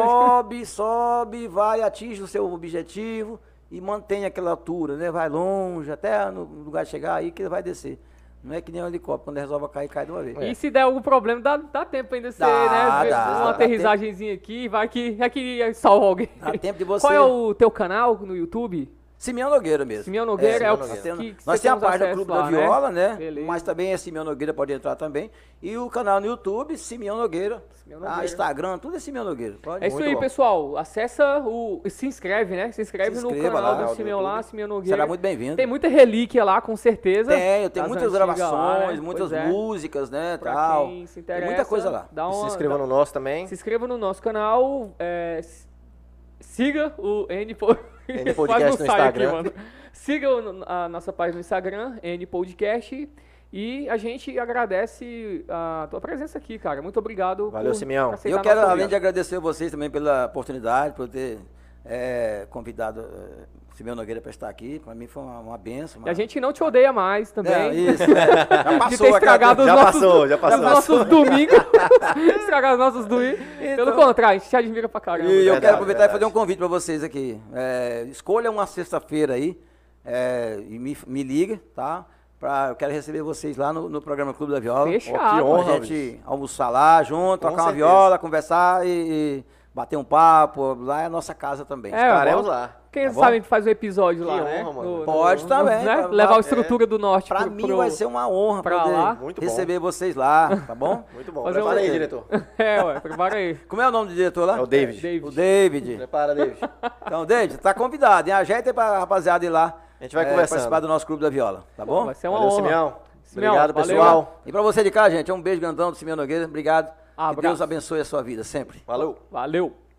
Sobe, vai, atinge o seu objetivo e mantém aquela altura, né? Vai longe, até no lugar de chegar aí que ele vai descer. Não é que nem um helicóptero, quando resolve cair, cai de uma vez. E se der algum problema, dá tempo ainda de ser, né? Uma aterrissagenzinha aqui, vai que salva alguém. Dá tempo de você... Qual é o teu canal no YouTube? Simeão Nogueira mesmo. Simeão Nogueira é o Simeão que Nós temos a página do Clube da Viola, né? Beleza. Mas também é Simeão Nogueira, pode entrar também. E o canal no YouTube, Simeão Nogueira. Instagram, tudo é Simeão Nogueira. Pode. É isso aí, pessoal. Acessa o... Se inscreve, né? Se inscreve no canal lá, do Simeão lá, Simeão Nogueira. Será muito bem-vindo. Tem muita relíquia lá, com certeza. Tem muitas gravações, muitas músicas, né, Pra tal. quem se interessa, tem muita coisa lá. Se inscreva no nosso também. Se inscreva no nosso canal. Siga o N Podcast no Instagram. Siga a nossa página no Instagram, N Podcast. E a gente agradece a tua presença aqui, cara. Muito obrigado. Valeu, Simeão. Eu quero, além de agradecer a vocês também pela oportunidade, por ter convidado o Simeão Nogueira para estar aqui. Para mim foi uma benção. E a gente não te odeia mais também. Isso. Já passou. De ter estragado já passou. Os nossos domingos. Estragar os nossos domingos. Pelo contrário, a gente te admira pra caramba. E eu quero aproveitar e fazer um convite para vocês aqui. Escolha uma sexta-feira aí e me liga, tá? Eu quero receber vocês lá no programa Clube da Viola. Fechado. Que honra, a gente almoçar lá junto, tocar uma viola, conversar e bater um papo. Lá é a nossa casa também. Estaremos lá. Quem sabe a gente faz um episódio lá, né? honra, mano. Pode também. Né? Levar a estrutura do norte Pra mim vai ser uma honra pra poder lá. receber vocês lá, tá bom? Muito bom. Fazer Prepara aí, diretor. Prepara aí. Como é o nome do diretor lá? É o David. O David. Prepara, David. Então, David, tá convidado, hein? Ajeita aí pra rapaziada ir lá. A gente vai conversando. Participar do nosso Clube da Viola, tá bom? Vai ser uma Valeu, honra. Simeão. Simeão, Obrigado, valeu. pessoal. E pra você de cá, gente, um beijo grandão do Simeão Nogueira. Obrigado. Que Abraço. Deus abençoe a sua vida sempre. Valeu. Valeu.